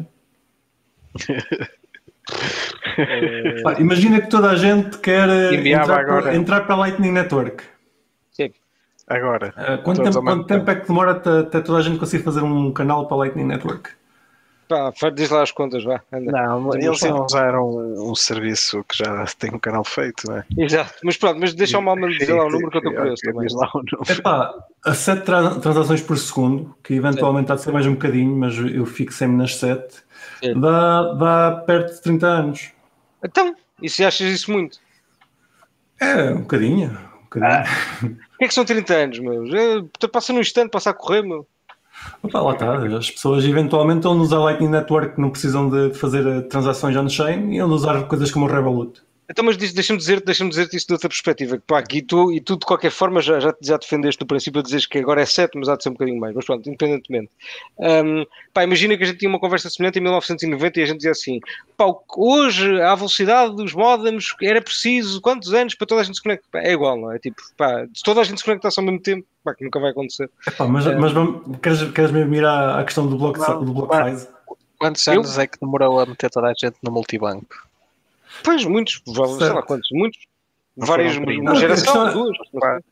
Imagina que toda a gente quer entrar para a Lightning Network. Sim. Agora. Quanto tempo é que demora até toda a gente conseguir fazer um canal para a Lightning Network? Diz lá as contas, vá. Anda. Não, eles iam usar um serviço que já tem um canal feito, não é? Exato, mas pronto, deixa o Alma dizer lá o número que eu estou curioso também. A 7 transações por segundo, que eventualmente há de ser mais um bocadinho, mas eu fixei-me nas 7, dá perto de 30 anos. Então, e se achas isso muito? É, um bocadinho. O que é que são 30 anos, meu? Passa num instante, passa a correr, meu. Lá está, as pessoas eventualmente estão a usar Lightning Network, não precisam de fazer transações on-chain e estão a usar coisas como o Revolut. Então, mas deixa-me dizer-te isso de outra perspectiva. E tu de qualquer forma já defendeste o princípio de dizeres que agora é 7, mas há de ser um bocadinho mais. Mas pronto, independentemente. Imagina que a gente tinha uma conversa semelhante em 1990 e a gente dizia assim, hoje a velocidade dos modems era preciso quantos anos para toda a gente se conectar? É igual, não é? Tipo, se toda a gente se conectasse ao mesmo tempo, que nunca vai acontecer. Mas queres mesmo ir à questão do block size? Quantos anos é que demorou a meter toda a gente no multibanco? Pois, muitos, sei lá quantos, muitos, várias, uma geração, duas.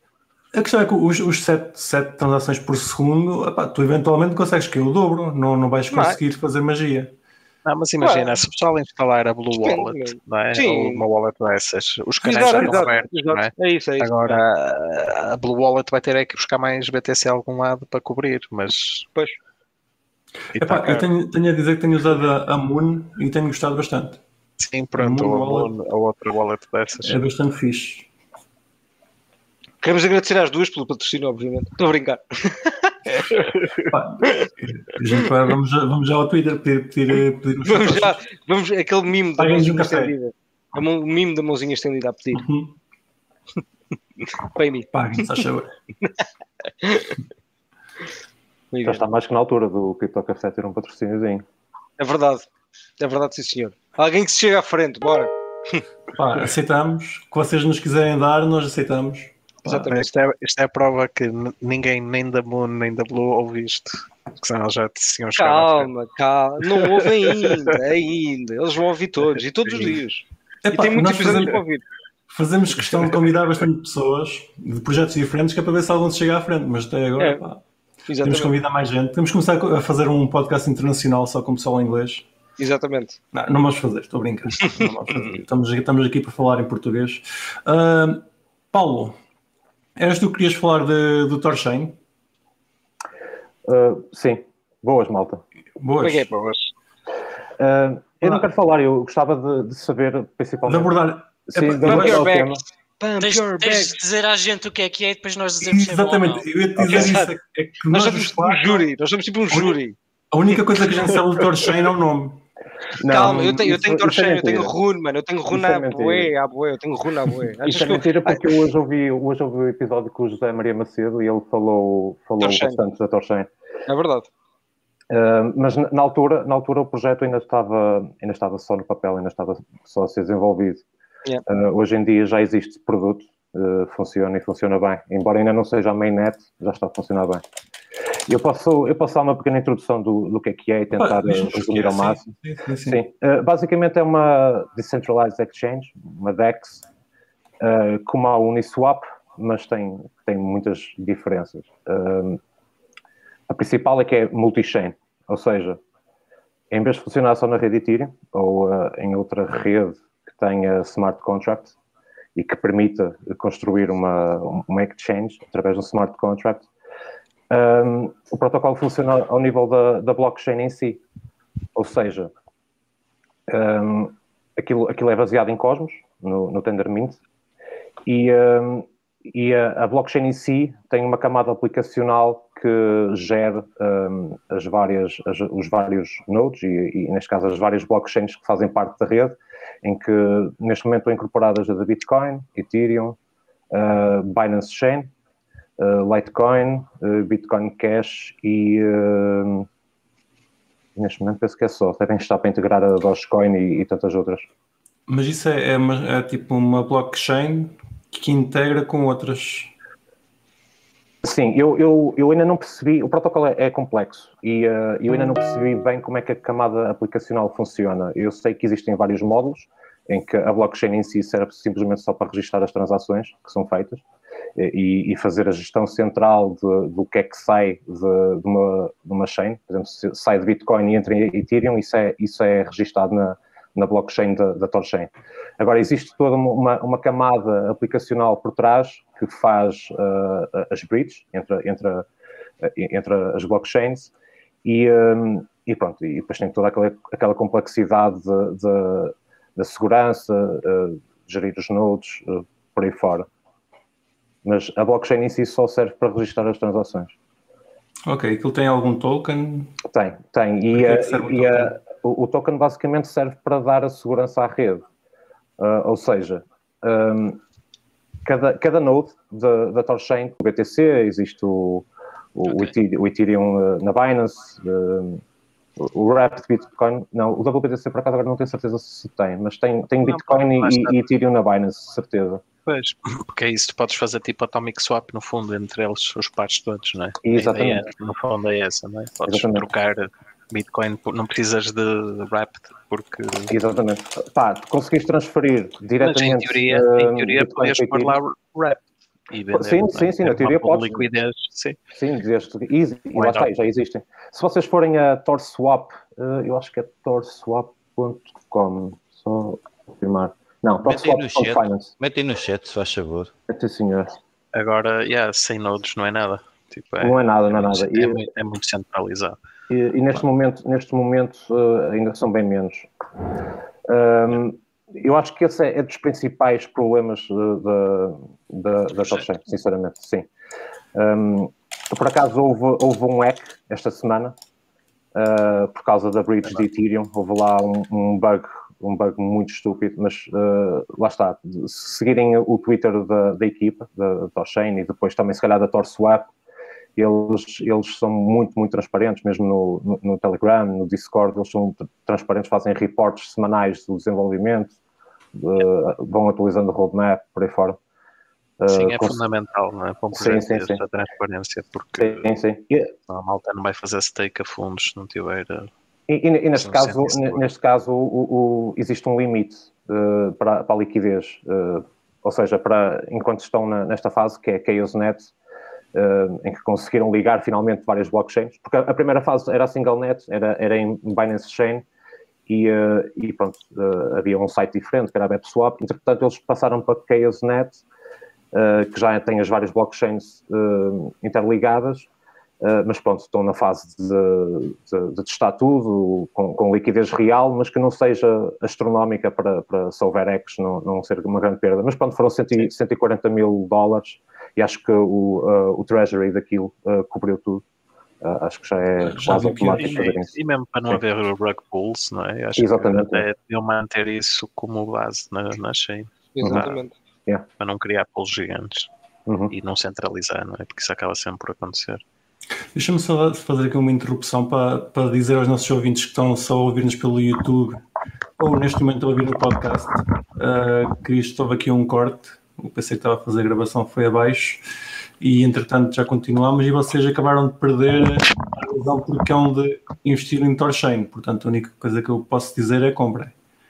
A questão é que os 7 transações por segundo, epá, tu eventualmente consegues que o dobro, não vais conseguir fazer magia. Não, mas imagina, se o pessoal instalar a Blue Wallet, não é? Ou uma wallet dessas, os canais já estão abertos, não é? É isso. Agora, a Blue Wallet vai ter que buscar mais BTC a algum lado para cobrir, mas... Pois. Epá, eu tenho a dizer que tenho usado a Moon e tenho gostado bastante. Sim, pronto, a outra wallet dessas. É bastante fixe. Queremos agradecer às duas pelo patrocínio, obviamente. Estou a brincar. Pá, vamos já ao Twitter pedir vamos aquele mimo da mãozinha estendida. O mimo da mãozinha estendida a pedir. Pay-me. Paguem, se achou. Já está mais que na altura do Crypto Café ter um patrocíniozinho. É verdade, sim senhor. Alguém que se chega à frente, bora. Pá, aceitamos. O que vocês nos quiserem dar, nós aceitamos. Exatamente. Isto é a prova que ninguém, nem da Moon, nem da Blue, ouve isto. Porque senão já tinham chegado. Calma. Não ouvem ainda. Eles vão ouvir todos, e todos os dias. Epá, e tem muitos episódios para ouvir. Fazemos questão de convidar bastante pessoas de projetos diferentes, que é para ver se algum se chega à frente. Mas até agora, pá, temos que convidar mais gente. Temos que começar a fazer um podcast internacional só com o pessoal em inglês. Exatamente. Não vamos fazer, estou a brincar. Estamos aqui para falar em português. Paulo, eras tu que querias falar do Torchain? Sim. Boas, malta. Boas. Eu não quero falar, eu gostava de saber, principalmente... De abordar... Sim, de abordar o tema. Tens de dizer à gente o que é e depois nós dizemos. Exatamente, eu ia te dizer isso. É que nós somos tipo um júri. Nós somos tipo um júri. A única coisa que a gente sabe do Torchain é o nome. Calma, eu tenho Torchain, eu tenho Rune, mano. Eu tenho Rune à boé. Eu tenho Rune à boé. Isso é mentira porque eu hoje ouvi o episódio com o José Maria Macedo e ele falou bastante da Torchain. É verdade. Mas na altura o projeto ainda estava só no papel, ainda estava só a ser desenvolvido. Yeah. Hoje em dia já existe produto, funciona e funciona bem. Embora ainda não seja a mainnet, já está a funcionar bem. Eu posso dar uma pequena introdução do que é e tentar resumir ao máximo. Sim. Basicamente é uma Decentralized Exchange, uma DEX, como a Uniswap, mas tem muitas diferenças. A principal é que é multi-chain, ou seja, em vez de funcionar só na rede Ethereum ou em outra rede que tenha smart contract e que permita construir uma exchange através de um smart contract, o protocolo funciona ao nível da blockchain em si. Ou seja, aquilo é baseado em Cosmos, no Tendermint, e a blockchain em si tem uma camada aplicacional que gera os vários nodes e, neste caso, as várias blockchains que fazem parte da rede, em que, neste momento, estão incorporadas a da Bitcoin, Ethereum, Binance Chain, Litecoin, Bitcoin Cash e, neste momento, penso que é só. Devem estar para integrar a Dogecoin e tantas outras. Mas isso é tipo uma blockchain que integra com outras. Sim, eu ainda não percebi, o protocolo é complexo e eu ainda não percebi bem como é que a camada aplicacional funciona. Eu sei que existem vários módulos em que a blockchain em si serve simplesmente só para registrar as transações que são feitas e fazer a gestão central do que é que sai de uma chain. Por exemplo, se sai de Bitcoin e entra em Ethereum, isso é registado na blockchain da Torchain. Agora, existe toda uma camada aplicacional por trás que faz as bridges entre as blockchains e pronto, e depois tem toda aquela complexidade da segurança, gerir os nodes, por aí fora. Mas a blockchain em si só serve para registrar as transações. Ok, aquilo tem algum token? Tem. O token basicamente serve para dar a segurança à rede. Ou seja, cada node da Torchain, o BTC, existe o Ethereum na Binance, o Wrapped Bitcoin, não, o WBTC por acaso agora não tenho certeza se tem, mas tem Bitcoin e Ethereum na Binance, certeza. Pois, porque é isso, tu podes fazer tipo Atomic Swap no fundo, entre eles, os pares todos, não é? Exatamente. No fundo é essa, não é? Podes trocar Bitcoin, não precisas de Wrapped, porque... Exatamente. Tu conseguis transferir diretamente... Mas em teoria podias pôr lá Wrapped. e vender. Sim, na teoria pode. Liquidez, sim. Sim, dizeste easy, e lá está, já existem. Se vocês forem a TorSwap, eu acho que é torswap.com, só confirmar. Não, torswap.finance. Metem no chat, se faz favor. Sim, senhor. Agora, sem nodes não é nada. Tipo, não é nada. É muito centralizado. E neste momento ainda são bem menos. Eu acho que esse é dos principais problemas da TorChain, sinceramente, sim. Por acaso houve um hack esta semana, por causa da bridge de Ethereum. Houve lá um bug muito estúpido, mas lá está. Se seguirem o Twitter da equipa, da TorChain, e depois também se calhar da TorSwap, eles são muito, muito transparentes, mesmo no Telegram, no Discord, eles são transparentes, fazem reportes semanais do desenvolvimento, vão atualizando o roadmap, por aí fora. Sim, é fundamental, não é? Para um projeto esta transparência, porque a malta não vai fazer stake a fundos se não tiver... E neste caso existe um limite para a liquidez, ou seja, enquanto estão nesta fase, que é ChaosNet, em que conseguiram ligar finalmente várias blockchains, porque a primeira fase era a SingleNet, era em Binance Chain, e pronto, havia um site diferente, que era a BetSwap. Entretanto, eles passaram para ChaosNet, que já tem as várias blockchains interligadas, mas pronto, estão na fase de testar tudo, com liquidez real, mas que não seja astronómica para se houver hacks não ser uma grande perda. Mas pronto, foram 140 mil dólares, e acho que o Treasury daquilo cobriu tudo. Acho que já é quase automático fazer isso. E mesmo para não haver rug pulls, não é? Acho Exatamente. que deviam manter isso como base na chain. Exatamente. Para não criar pools gigantes e não centralizar, não é? Porque isso acaba sempre por acontecer. Deixa-me só fazer aqui uma interrupção para dizer aos nossos ouvintes que estão só a ouvir-nos pelo YouTube ou neste momento a ouvir no podcast, que isto houve aqui um corte. O PC que estava a fazer a gravação foi abaixo e entretanto já continuamos, e vocês acabaram de perder a razão porque é onde investir em TorChain. Portanto, a única coisa que eu posso dizer é comprem.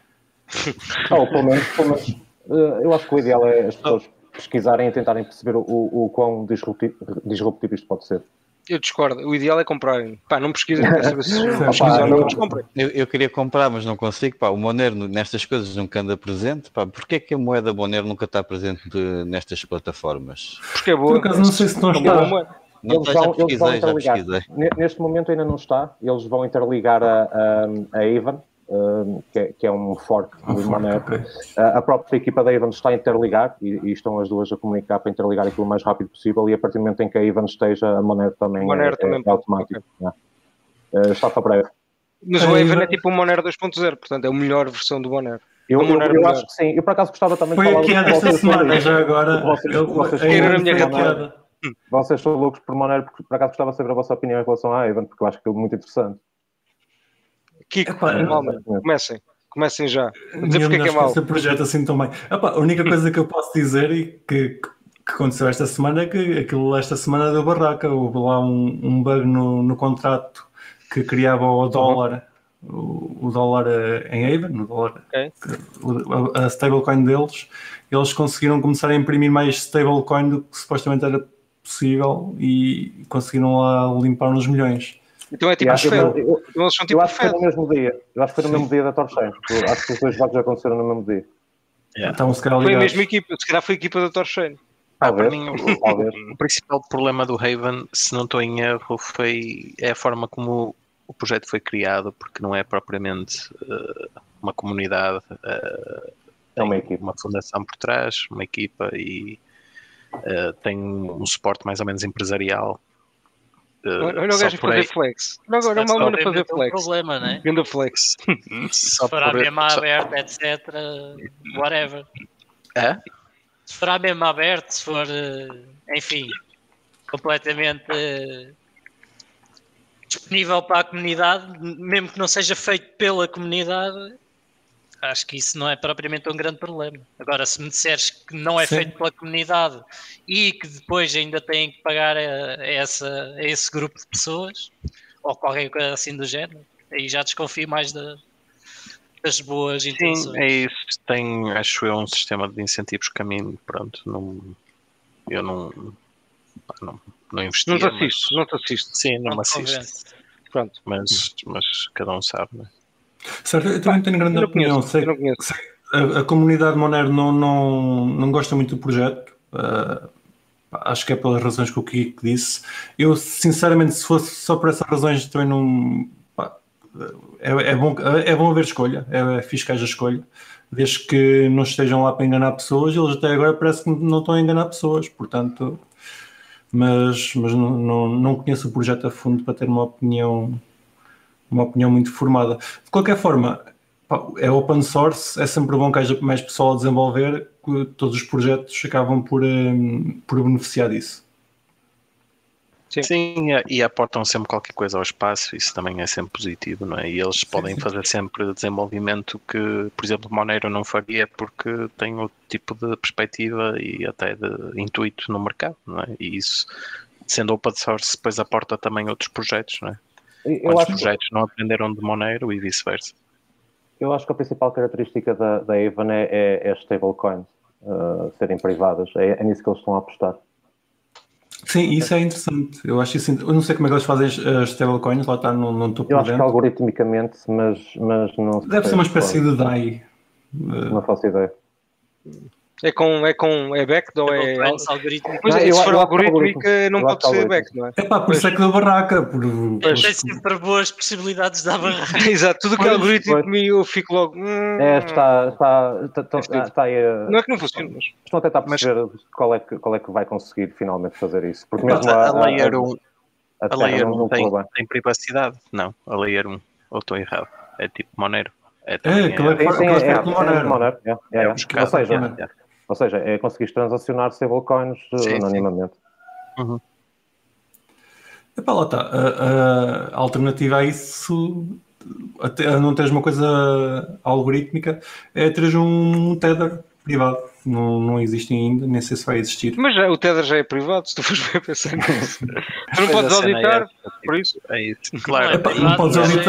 Pelo menos, eu acho que o ideal é as pessoas pesquisarem e tentarem perceber o quão disruptivo isto pode ser. Eu discordo. O ideal é comprarem. Não pesquisem, não saber se não comprem. Eu queria comprar, mas não consigo. O Monero nestas coisas nunca anda presente. Porquê é que a moeda Monero nunca está presente nestas plataformas? Porque é boa. Por acaso não sei se não está. Eles vão interligar. Neste momento ainda não está. Eles vão interligar a Aven, que é um fork do Monero. Okay. A própria equipa da Aven está a interligar e estão as duas a comunicar para interligar aquilo o mais rápido possível, e a partir do momento em que a Aven esteja, a Monero também é automático. Okay. Está para breve. Mas o Aven é tipo um Monero 2.0, portanto é a melhor versão do Monero. Eu acho que sim. Eu por acaso gostava também de falar... Foi aqui esta semana, já agora. Vocês são loucos por Monero, porque por acaso gostava de saber a vossa opinião em relação à Aven, porque eu acho aquilo muito interessante. Kiko, comecem já. Vou dizer porque é que é mau. Esse projeto assim também. A única coisa que eu posso dizer e que aconteceu esta semana é que aquilo esta semana deu barraca. Houve lá um bug no contrato que criava o dólar, o dólar em Aven, o dólar, a stablecoin deles. Eles conseguiram começar a imprimir mais stablecoin do que supostamente era possível e conseguiram lá limpar uns milhões. Então é tipo eles são tipo eu acho que foi no mesmo dia. Eu acho que foi no mesmo dia da TorChain. Acho que os dois bugs aconteceram no mesmo dia. Então, se calhar foi a mesma equipa. Se calhar foi a equipa da TorChain. Para mim, o principal problema do Haven, se não estou em erro, é a forma como o projeto foi criado, porque não é propriamente uma comunidade, é uma equipa, uma fundação por trás, uma equipa, e tem um suporte mais ou menos empresarial. Olha o gajo fazer flex. Agora uma maneira de fazer flex. Problema, não é? Grande flex. Se for a mesma aberta, etc. Whatever. É? Se for a mesma aberta, se for, enfim, completamente disponível para a comunidade, mesmo que não seja feito pela comunidade, acho que isso não é propriamente um grande problema. Agora, se me disseres que não é feito pela comunidade e que depois ainda têm que pagar a esse grupo de pessoas, ou qualquer coisa assim do género, aí já desconfio mais das boas intenções. Sim, é isso. Tem, acho eu, um sistema de incentivos caminho, pronto, Eu não investi. Não te assiste. Sim, não Não me te assiste. convence. Pronto. Mas cada um sabe, né? Certo, eu também tenho grande eu não opinião. conheço, eu não conheço. Sei que a comunidade Monero não gosta muito do projeto. Acho que é pelas razões que o Kiko disse. Eu, sinceramente, se fosse só por essas razões, também não. Pá, é bom haver escolha, é fixe que haja escolha, desde que não estejam lá para enganar pessoas. Eles até agora parece que não estão a enganar pessoas, portanto. Mas não conheço o projeto a fundo para ter uma opinião muito formada. De qualquer forma, pá, é open source, é sempre bom que haja mais pessoal a desenvolver, que todos os projetos acabam por beneficiar disso. Sim, e aportam sempre qualquer coisa ao espaço, isso também é sempre positivo, não é? E eles podem fazer sempre desenvolvimento que, por exemplo, Monero não faria porque tem outro tipo de perspectiva e até de intuito no mercado, não é? E isso, sendo open source, depois aporta também outros projetos, não é? Quantos projetos não aprenderam de Monero e vice-versa? Eu acho que a principal característica da Aven é as stablecoins serem privadas. É nisso que eles estão a apostar. Sim, isso é interessante. Eu acho isso. Eu não sei como é que eles fazem as stablecoins, lá está, não estou por Eu acho dentro. que algoritmicamente, mas não sei. Deve ser uma espécie de DAI. Não faço ideia. É backed ou é... algorítmico. Pois é, se for algorítmica não pode ser backed, não é? É pá, por isso é que da barraca. Tem sempre boas possibilidades da barraca. Exato, tudo que é algoritmo eu fico logo... Está aí... Não é que não funciona, mas... Estão a tentar perceber qual é que vai conseguir finalmente fazer isso. Porque mesmo a Layer 1, a Layer 1 tem tem privacidade? Não, a Layer 1, ou estou errado? É tipo Monero. É Monero. Ou seja, é conseguir transacionar stablecoins anonimamente. Uhum. Epá, lá está. A alternativa a isso, a não teres uma coisa algorítmica, é teres um Tether privado. Não existe ainda, nem sei se vai existir. Mas o Tether já é privado, se tu fores ver pensar nisso. Tu não podes auditar, por isso. É isso. Claro, não podes auditar.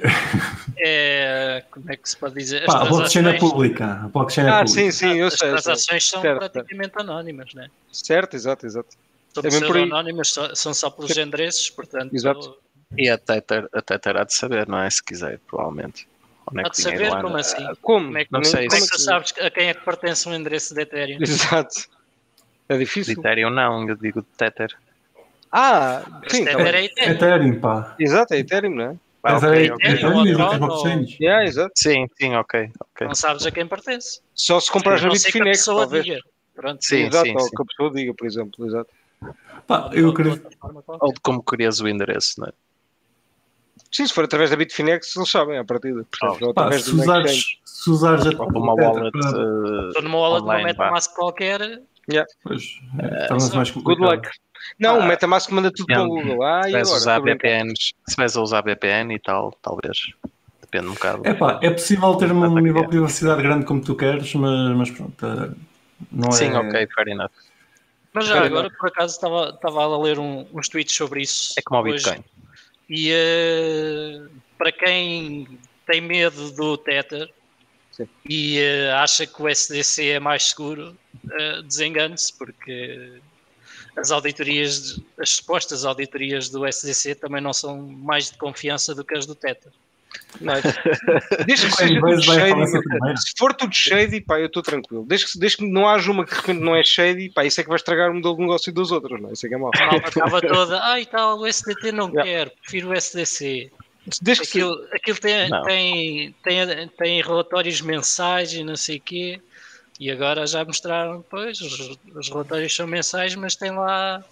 Como é que se pode dizer? A blockchain é pública. Sim, eu sei. As transações são praticamente anónimas, não é? Certo, exato. São pseudonónimas, são só pelos endereços, portanto... Exato. E até terá de saber, não é? Se quiser, provavelmente. Há de saber, como assim? Como é que tu sabes a quem é que pertence um endereço de Ethereum? Exato. É difícil. De Ethereum não, eu digo de Tether. Sim. Tether é Ethereum, pá. Exato, é Ethereum, não é? Exato. Sim, ok. Não sabes a quem pertence. Só se comprares na Bitfinex, talvez. Pronto. Sim, exato, ou que a pessoa diga, por exemplo. Exato. Eu acredito. Ou de como crias o endereço, não é? Sim, se for através da Bitfinex, eles sabem à partida. Se usares uma wallet, estou numa wallet de uma MetaMask qualquer. Pois, torna-se mais complicado. Good luck. Não, o MetaMask manda tudo para o Google. Se vais a usar VPN e tal, talvez. Depende um bocado. É possível ter um nível de privacidade grande como tu queres, mas pronto. Não Sim, ok, fair enough. Mas já agora, por acaso, estava a ler uns tweets sobre isso. É como o Bitcoin. E para quem tem medo do Tether e acha que o SDC é mais seguro, desengane-se, porque as supostas auditorias do SDC também não são mais de confiança do que as do Tether. Desde que seja tudo shady, se for tudo shady, pá, eu estou tranquilo. Desde que não haja uma que de repente não é shady, pá, isso é que vai estragar o modelo de negócio dos outros, não é? Isso é que é mau. A malta estava toda, e tal, o SDT não quer, prefiro o SDC. Aquilo tem relatórios mensais e não sei o quê, e agora já mostraram, pois, os relatórios são mensais, mas tem lá...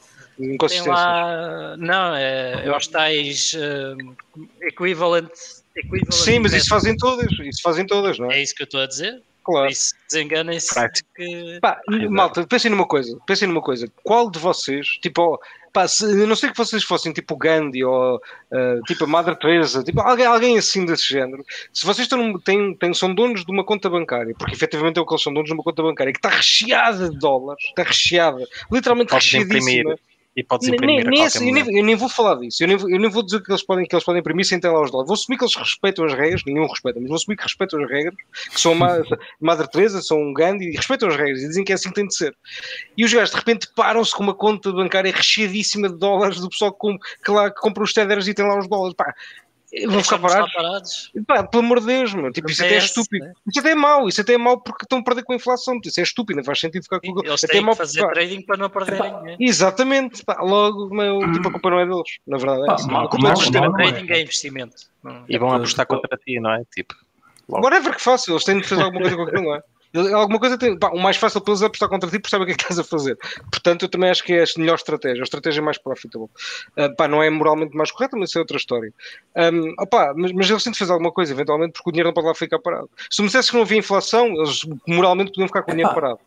é os tais equivalent. Sim, mas isso fazem todas, não é? É isso que eu estou a dizer. Claro. Isso, desenganem-se. Malta, pensem numa coisa. Qual de vocês, tipo, eu não sei que vocês fossem tipo Gandhi ou tipo a Madre Teresa, tipo alguém assim desse género. Se vocês são donos de uma conta bancária, porque efetivamente é o que eles são donos de uma conta bancária que está recheada de dólares, literalmente recheadíssima. E podes imprimir a qualquer momento. Eu nem vou falar disso. Eu nem vou dizer que eles podem imprimir sem ter lá os dólares. Vou assumir que eles respeitam as regras, nenhum respeita, mas vou assumir que respeitam as regras, que são Madre Teresa, são um Gandhi, e respeitam as regras e dizem que é assim que tem de ser. E os gajos de repente param-se com uma conta bancária recheadíssima de dólares do pessoal que compra os tethers e tem lá os dólares. Pá, vão ficar parados. Pá, pelo amor de Deus, meu. Tipo, isso até é estúpido. Né? Isso até é mau porque estão a perder com a inflação. Isso é estúpido, não faz sentido ficar com eles têm que fazer trading para não perderem dinheiro. Exatamente, pá, logo, tipo, a culpa não é deles, na verdade. A culpa é trading é investimento. E vão apostar contra ti, não é? Tipo, whatever que façam, eles têm de fazer alguma coisa com aquilo, não é? Alguma coisa tem. Pá, o mais fácil para eles é apostar contra ti, porque sabem o que é que estás a fazer. Portanto, eu também acho que é a melhor estratégia. A estratégia mais profitable. Pá, não é moralmente mais correta, mas isso é outra história. Mas eles têm de fazer alguma coisa, eventualmente, porque o dinheiro não pode lá ficar parado. Se me dissesse que não havia inflação, eles moralmente podiam ficar com o dinheiro parado.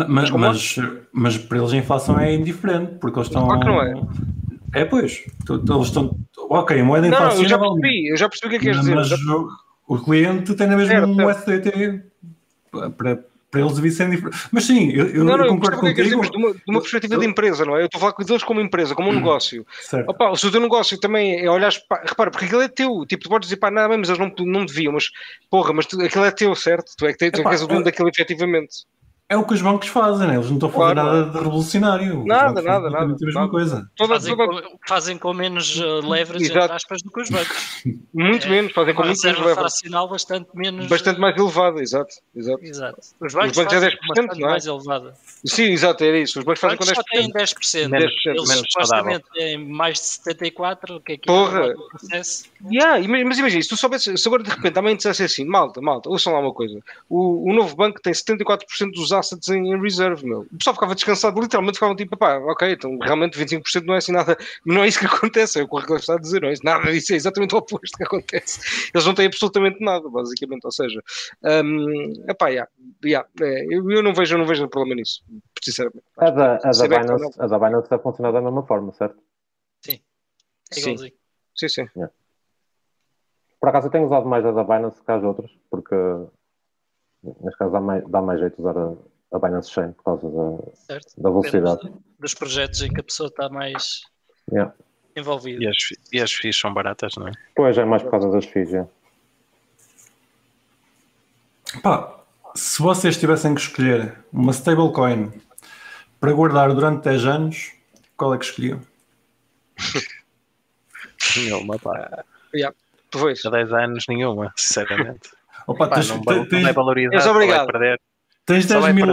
Mas para eles a inflação é indiferente, porque eles estão. Claro que não é. É, pois. Eles estão. Ok, a moeda inflação. Não, eu já percebi o que é que queres dizer. Mas o cliente tem na mesma um SDT. Para eles devia ser diferente. Mas sim, eu concordo contigo. Mas de uma perspectiva de empresa, não é? Eu estou a falar com eles como empresa, como um negócio. Opa, se o teu negócio também é olhar... Repara, porque aquilo é teu. Tipo, tu podes dizer, pá, nada bem, mas eles não deviam. Mas, porra, aquilo é teu, certo? Tu é que és o dono daquilo efetivamente. É o que os bancos fazem, né? Eles não estão a fazer nada de revolucionário. Nada. A mesma coisa. Fazem com menos leverage, entre aspas, do que os bancos. Muito menos, fazem com muito menos leverage. Fracional bastante mais elevada, exato. Os bancos é 10%, não é? Mais elevada. Sim, exato, era isso. Os bancos fazem com 10%. Só têm 10%. Eles supostamente têm mais de 74%, o que é que porra. É o processo. Mas imagina, se tu soubesse, se agora de repente amanhã dissesse assim, malta, ouçam lá uma coisa. O novo banco tem 74% dos assets em reserve, meu. O pessoal ficava descansado, literalmente ficavam tipo, pá, ok, então realmente 25% não é assim nada, não é isso que acontece, é o que o Ricardo está a dizer, não é isso, nada disso, é exatamente o oposto que acontece. Eles não têm absolutamente nada, basicamente, ou seja, eu não vejo problema nisso, sinceramente. A da Binance está a funcionar da mesma forma, certo? Sim, é igualzinho. Sim. Yeah. Por acaso eu tenho usado mais a da Binance que as outras, porque neste caso dá mais jeito usar a Binance Chain por causa da velocidade. Dos projetos em que a pessoa está mais envolvida. E as fees são baratas, não é? Pois, é mais por causa das fees, Pá, se vocês tivessem que escolher uma stablecoin para guardar durante 10 anos, qual é que escolhiam? Nenhuma, pá. Pois. Há 10 anos nenhuma, sinceramente. Opa, não vai valorizar, obrigado. Vai perder. Tens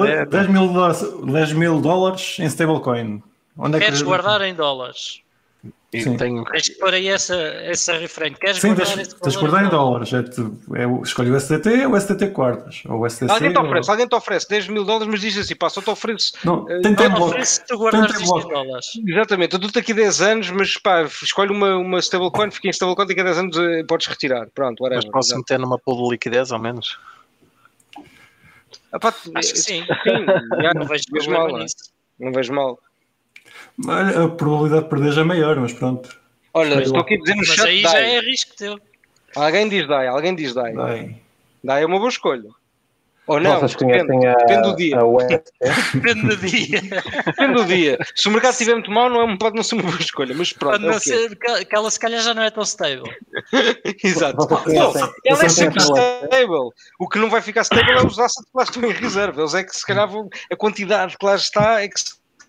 10 mil dólares em stablecoin. Queres guardar em dólares? Tens que pôr aí essa refrão. Queres guardar em dólares. Escolhe o SDT ou o SDT quartas. Ou o SDC, alguém te oferece 10 mil dólares, mas diz assim, pá, só te ofereço. Não, oferece tu guardares isto em dólares. Exatamente, eu dou-te aqui 10 anos, mas pá, escolhe uma stablecoin, fica em stablecoin, daqui a 10 anos podes retirar. Pronto, whatever. Mas posso meter numa pool de liquidez, ao menos? Acho que sim. Não vejo problema nisso. Não vejo mal. A probabilidade de perder já é maior, mas pronto. Olha, estou aqui a dizer no chat. Mas aí já é risco teu. Alguém diz DAI. DAI é uma boa escolha. Ou não, vocês conhecem depende do dia. Depende do dia. Se o mercado estiver muito mau, pode não ser uma boa escolha, mas pronto. Aquela se calhar já não é tão stable. Exato. Ela é sempre stable. O que não vai ficar stable é os assets que lá estão em reserva. Eles é que se calhar a quantidade que lá está é que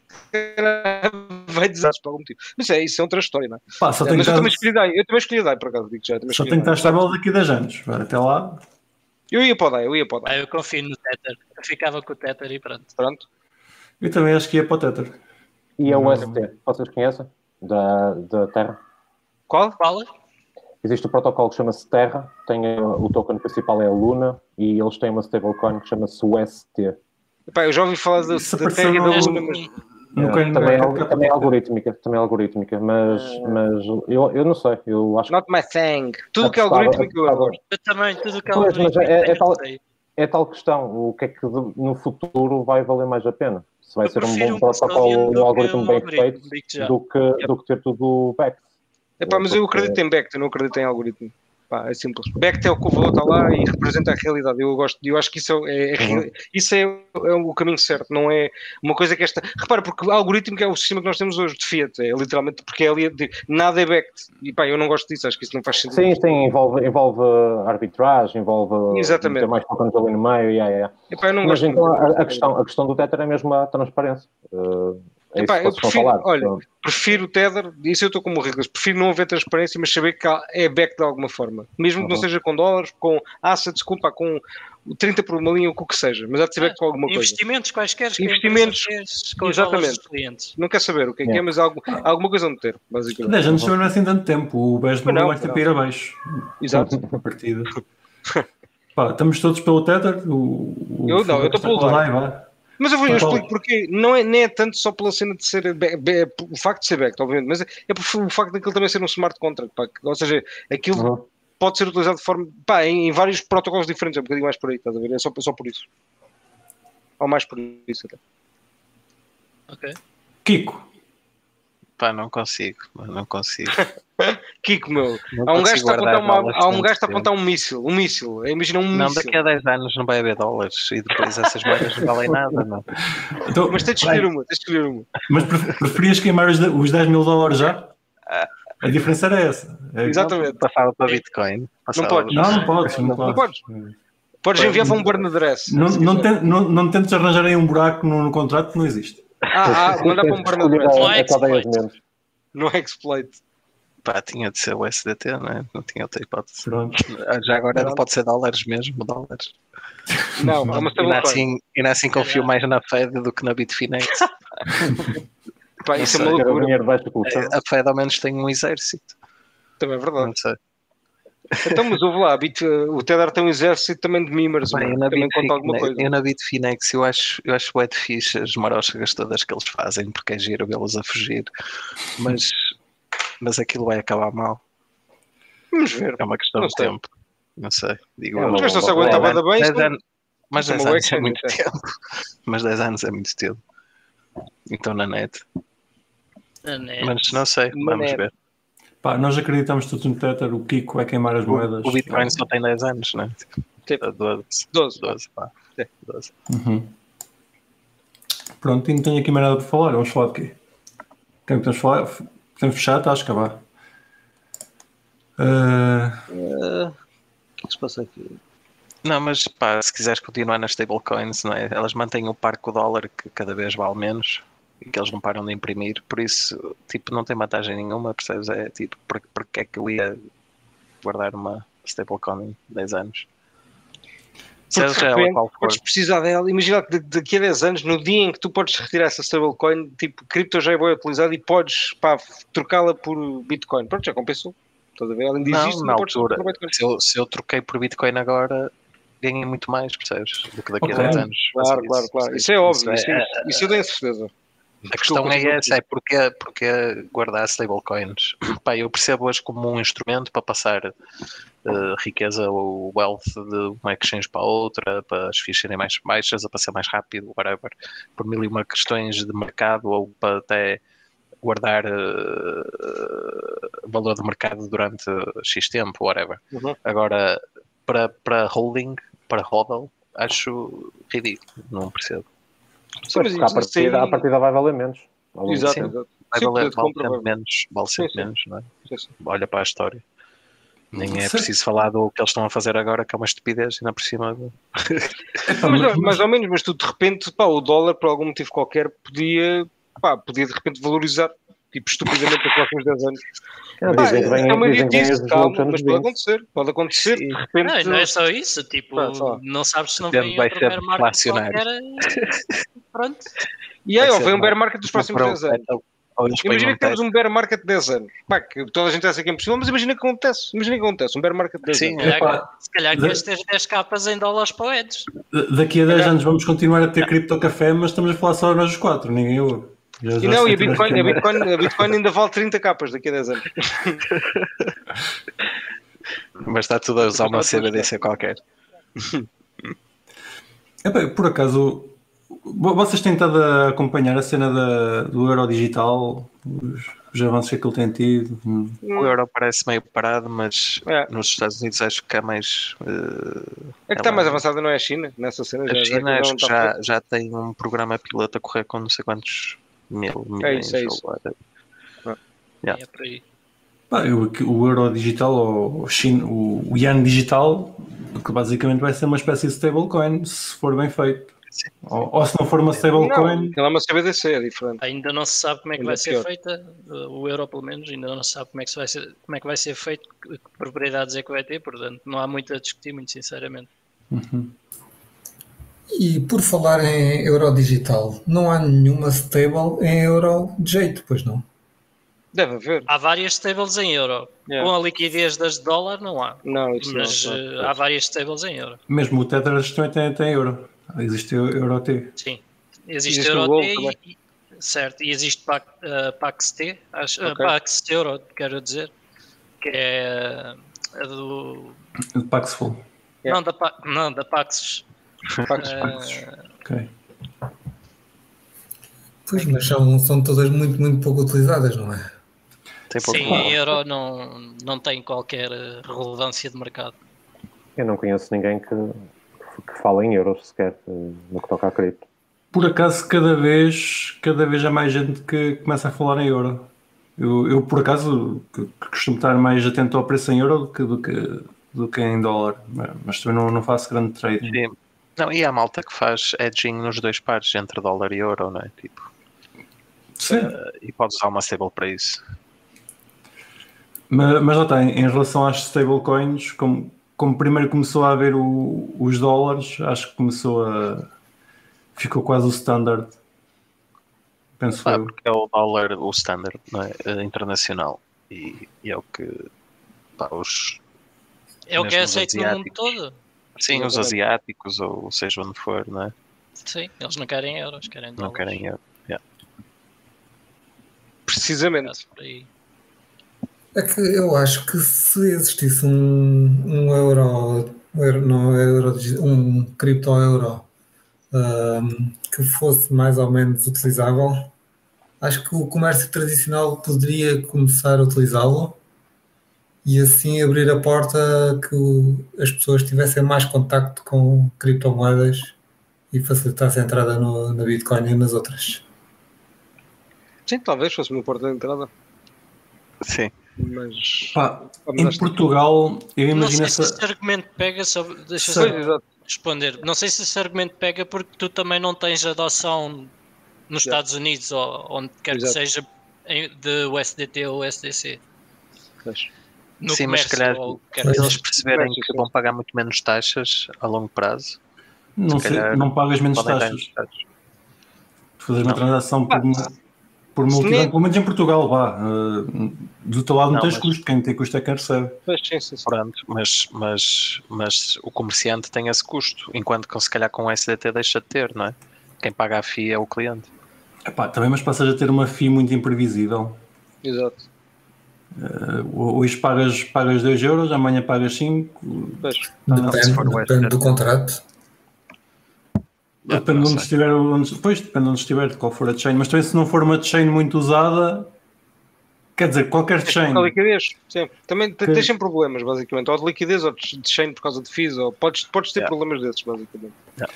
vai desastre por algum motivo. Mas isso é outra história, não é? Pá, mas eu também escolhi DAI, por acaso. Digo já, só tem que estar estável daqui a 10 anos. Até lá. Eu ia para o DAI. Eu confio no Tether. Eu ficava com o Tether e pronto. Eu também acho que ia para o Tether. E a UST, vocês conhecem? Da Terra? Qual? Existe o protocolo que chama-se Terra, o token principal é a Luna e eles têm uma stablecoin que chama-se UST. Epá, eu já ouvi falar da Terra e da Luna, mas... Também é algorítmica, mas eu não sei, eu acho Not my thing. Tudo que é algorítmico eu gosto. Eu também, tudo que é algorítmico. É tal questão, o que é que no futuro vai valer mais a pena? Se vai ser um bom protocolo, um algoritmo bem feito, do que ter tudo backed. Mas eu acredito em backed, eu não acredito em algoritmo. Pá, é simples. Backed é o que o valor está lá e representa a realidade. Eu acho que isso é o caminho certo, não é uma coisa que esta. Repara, porque o algoritmo que é o sistema que nós temos hoje de Fiat, é literalmente porque é ali nada é backed. E pá, eu não gosto disso, acho que isso não faz sentido. Sim, envolve arbitragem, envolve exatamente. ter mais contas ali no meio. E pá, eu não mas gosto então a questão do Tether é mesmo a transparência. Epá, eu prefiro o Tether, isso eu estou como regras, prefiro não haver transparência, mas saber que é back de alguma forma, mesmo que não seja com dólares, com assets, com 30 por uma linha, o que seja, mas há de saber com alguma coisa. Investimentos quaisquer, investimentos, com exatamente. Os clientes. Não quer saber o que é, mas alguma coisa onde ter, basicamente. 10 anos não é assim tanto tempo, o BES não vai ter para ir abaixo. Exato. A partida. Pá, estamos todos pelo Tether. Eu estou pelo live. Mas eu explico porquê. Nem é tanto só pela cena de ser o facto de ser backed, obviamente, mas é por o facto daquilo também ser um smart contract, pá. Ou seja, aquilo pode ser utilizado de forma, pá, em vários protocolos diferentes, é um bocadinho mais por aí, estás a ver? É só por isso. Ou mais por isso até. Ok. Kiko. Pá, não consigo. Kiko, meu. Há um gajo que está a apontar um míssil. Imagina um míssil. Não, daqui a 10 anos não vai haver dólares e depois essas moedas não valem nada, não. Então, mas tens de escolher uma. Mas preferias queimar os 10 mil dólares já? A diferença era essa. Exatamente. Passava para Bitcoin. Não podes. Não podes. Podes enviar para um burn address. Não tentes arranjar aí um buraco no contrato que não existe. Mandar para um burn address. Não é exploit. Pá, tinha de ser o USDT, não é? Não tinha outra hipótese. Pronto. Já agora não pode ser dólares mesmo, dólares. Não, é uma stablecoin. E assim confio mais na Fed do que na Bitfinex. Pá, isso é uma loucura. A Fed ao menos tem um exército. Também é verdade. Não sei. Então, mas ouve lá, o Tether tem um exército também de mimers. Também conta alguma coisa. Eu na Bitfinex, eu acho bué de fixe as maróchegas todas que eles fazem, porque é giro vê-los a fugir. Mas aquilo vai acabar mal. Vamos ver. É uma questão de tempo. Não sei. Mas não se aguentava bem. Mas 10 anos é muito tempo. Mas 10 anos é muito tempo. Então na net. Mas não sei. Vamos ver. Pá, nós acreditamos todos no Tether. O Kiko vai queimar as moedas. O Bitcoin só tem 10 anos, não é? Tipo, 12. Pá. 12. Pronto, e não tenho aqui mais nada para falar. Vamos falar de quê? Quem podemos falar? Podemos fechar, está a acabar. O que se passa aqui? Não, mas pá, se quiseres continuar nas stablecoins, não é? Elas mantêm o par com o dólar que cada vez vale menos e que eles não param de imprimir, por isso, tipo, não tem vantagem nenhuma, percebes? É tipo, porque é que eu ia guardar uma stablecoin em 10 anos? Porque de repente podes precisar dela. Imagina que daqui a 10 anos, no dia em que tu podes retirar essa stablecoin, tipo, cripto já é boa utilizada e podes trocá-la por Bitcoin. Pronto, já compensou. Estás a ver? Além disso, na altura, se eu troquei por Bitcoin agora, ganhei muito mais, percebes? Do que daqui a 10 anos. Claro. Isso é óbvio. Isso eu tenho certeza. A questão é essa, é porque guardar stablecoins. Pá, eu percebo-as como um instrumento para passar riqueza ou wealth de uma exchange para outra, para as FIIs serem mais baixas, a passar mais rápido, whatever, por mil e uma questões de mercado ou para até guardar valor de mercado durante X tempo, whatever. Agora, para holding, para hodl, acho ridículo, não percebo. A partida vai valer menos. Exato. Vale sempre menos, não é? Olha para a história. Nem é preciso falar do que eles estão a fazer agora, que é uma estupidez, ainda por cima. Mais ou menos, mas tu de repente, o dólar, por algum motivo qualquer, podia de repente valorizar, tipo, estupidamente nos próximos 10 anos. Mas pode acontecer, de repente. Não é só isso, tipo, não sabes se não vem outro bear market qualquer. Pronto. E aí, vem um bear market dos próximos 10 anos. Imagina que temos um bear market de 10 anos. Pá, que toda a gente acha que é impossível, mas imagina que acontece. Um bear market de 10 anos. Se calhar queres ter 10 capas em dólares para o Edge. Daqui a 10 anos vamos continuar a ter cripto café, mas estamos a falar só nós os 4, ninguém eu. E a Bitcoin ainda vale 30 capas daqui a 10 anos. Mas está tudo a usar uma CBDC qualquer. Por acaso, Vocês têm estado a acompanhar a cena do euro digital, os avanços que aquilo tem tido? O euro parece meio parado, mas nos Estados Unidos acho que há mais. É que está mais avançada, não é a China? Nessa cena A China acho que já tem um programa piloto a correr com não sei quantos milhões. É isso. É por aí. O euro digital, o yuan digital, que basicamente vai ser uma espécie de stablecoin, se for bem feito. Ou se não for uma stablecoin. Não é uma CBDC, é diferente. Ainda não se sabe como é que vai ser feita, o euro pelo menos, ainda não se sabe como é que vai ser feito, que propriedades é que vai ter, portanto não há muito a discutir, muito sinceramente. E por falar em euro digital, não há nenhuma stable em euro de jeito, pois não? Deve haver. Há várias stables em euro. Com a liquidez das de dólar não há. Mas há várias stables em euro. Mesmo o Tether também tem euro. Existe Euro-T. Sim. Existe Euro-T certo. E existe Pax-T, Pax Euro, quero dizer, que é a do... Paxful. Não, da Pax. Ok. Pois, mas são todas muito, muito pouco utilizadas, não é? Sim, em euro não tem qualquer relevância de mercado. Eu não conheço ninguém que fala em euros sequer no que toca a cripto. Por acaso, cada vez há mais gente que começa a falar em euro. Eu por acaso, costumo estar mais atento ao preço em euro do que em dólar. Mas também não faço grande trading. Sim. Não, e há malta que faz hedging nos dois pares, entre dólar e euro, não é? Tipo, sim. E pode usar uma stable para isso. Mas lá está, em relação às stablecoins, como primeiro começou a haver os dólares, acho que ficou quase o standard. Penso eu. Porque é o dólar, o standard, não é? Internacional. E é o que é o que é aceito no mundo todo. Sim, os asiáticos, ou seja onde for, não é? Sim, eles não querem euros, querem dólares. Não querem euros. Precisamente. É que eu acho que se existisse um euro, um cripto-euro que fosse mais ou menos utilizável, acho que o comércio tradicional poderia começar a utilizá-lo e assim abrir a porta a que as pessoas tivessem mais contacto com criptomoedas e facilitasse a entrada na Bitcoin e nas outras. Sim, talvez fosse uma porta de entrada. Sim. Mas em Portugal, eu imagino não sei se esse argumento pega, deixa eu responder. Não sei se esse argumento pega porque tu também não tens adoção nos Estados Unidos ou onde quer que seja de USDT ou USDC. No sim, mas se calhar eles perceberem que vão pagar muito menos taxas a longo prazo. Não pagas menos taxas. Fazer uma transação por multidão, pelo menos em Portugal, do teu lado não tens custo, quem tem custo é quem recebe. Pronto, mas o comerciante tem esse custo, enquanto que se calhar com o SDT deixa de ter, não é? Quem paga a FII é o cliente. Também, mas passas a ter uma FII muito imprevisível. Exato. Hoje pagas 2 euros, amanhã pagas 5. Depende do contrato. Depende de onde estiver, depende de onde estiver, de qual for a chain, mas também se não for uma chain muito usada, quer dizer, qualquer chain. A liquidez, sim. Também tens sempre problemas, basicamente, ou de liquidez ou de chain por causa de fees, ou podes ter problemas desses, basicamente.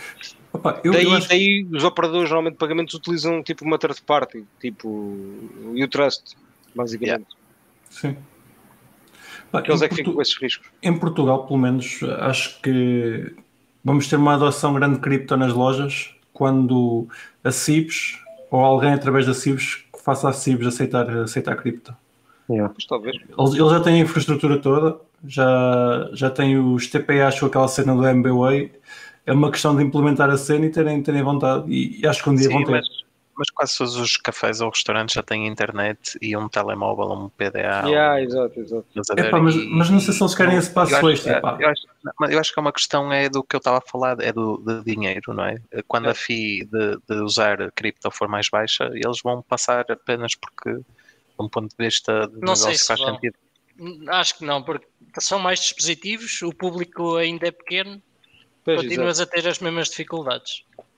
Daí os operadores normalmente de pagamentos utilizam tipo uma third party, tipo o U-Trust, basicamente. Sim. Eles é que ficam com esses riscos. Em Portugal, pelo menos, acho que vamos ter uma adoção grande de cripto nas lojas quando a CIBS ou alguém através da CIBS que faça a CIBS aceitar cripto. Pois, talvez. Eles já têm a infraestrutura toda, já têm os TPAs ou aquela cena do MBWay. É uma questão de implementar a cena e terem vontade. E acho que um dia vão ter. Mas quase todos os cafés ou restaurantes já têm internet e um telemóvel, um PDA. Exato. Mas não sei se eles querem esse passo extra. Eu acho que é uma questão do que eu estava a falar, é do dinheiro, não é? Quando a FII de usar cripto for mais baixa, eles vão passar apenas porque, de um ponto de vista de negócio, faz sentido. Acho que não, porque são mais dispositivos, o público ainda é pequeno, continuas a ter as mesmas dificuldades.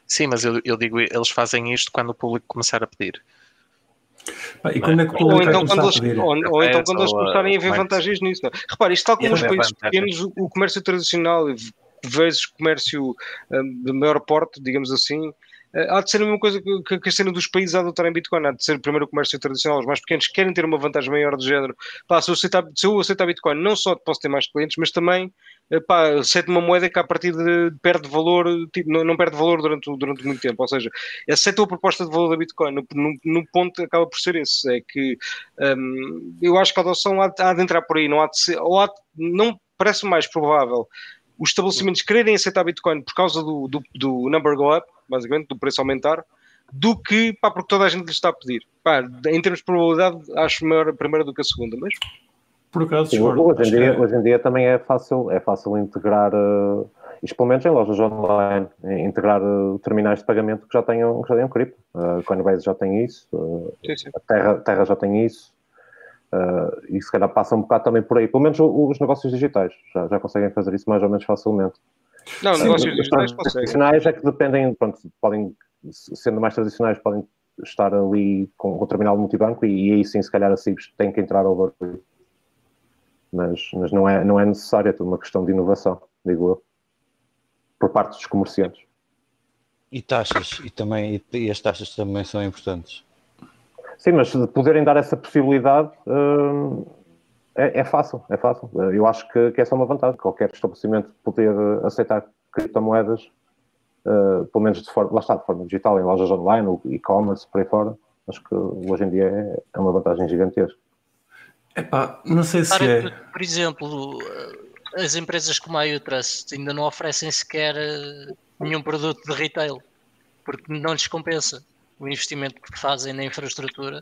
Sim, mas eu digo, eles fazem isto quando o público começar a pedir. E quando é que o público vai começar a pedir? Ou então quando eles começarem a ver vantagens nisso. Não? Repare, isto tal como os países pequenos, o comércio tradicional vezes comércio de maior porte, digamos assim, há de ser a mesma coisa que a cena dos países a adotarem Bitcoin. Há de ser primeiro o comércio tradicional. Os mais pequenos querem ter uma vantagem maior do género. Pá, se eu aceitar Bitcoin, não só posso ter mais clientes, mas também aceito uma moeda que a partir de perde valor, tipo, não perde valor durante muito tempo. Ou seja, aceito a proposta de valor da Bitcoin. No ponto acaba por ser esse. É que eu acho que a adoção há de entrar por aí. Não há de ser, não parece mais provável os estabelecimentos quererem aceitar Bitcoin por causa do number go up, basicamente, do preço aumentar, do que porque toda a gente lhe está a pedir. Em termos de probabilidade, acho maior a primeira do que a segunda, mas... Por acaso, sim, hoje em dia também é fácil integrar, isto pelo menos em lojas online, integrar terminais de pagamento que já tenham cripto. A Coinbase já tem isso, sim. A Terra já tem isso. E se calhar passa um bocado também por aí. Pelo menos os negócios digitais já conseguem fazer isso mais ou menos facilmente. Não, os negócios digitais conseguem. Tradicionais é que dependem, pronto, podem, sendo mais tradicionais, podem estar ali com o terminal multibanco e aí sim, se calhar a CIBS tem que entrar over. Mas não é necessário, é tudo uma questão de inovação, digo eu, por parte dos comerciantes. E taxas, e as taxas também são importantes. Sim, mas de poderem dar essa possibilidade é fácil. Eu acho que essa é uma vantagem. Qualquer estabelecimento poder aceitar criptomoedas, pelo menos de forma digital, em lojas online, e-commerce, por aí fora, acho que hoje em dia é uma vantagem gigantesca. Não sei se Por exemplo, as empresas como a U-Trust ainda não oferecem sequer nenhum produto de retail, porque não lhes compensa o investimento que fazem na infraestrutura.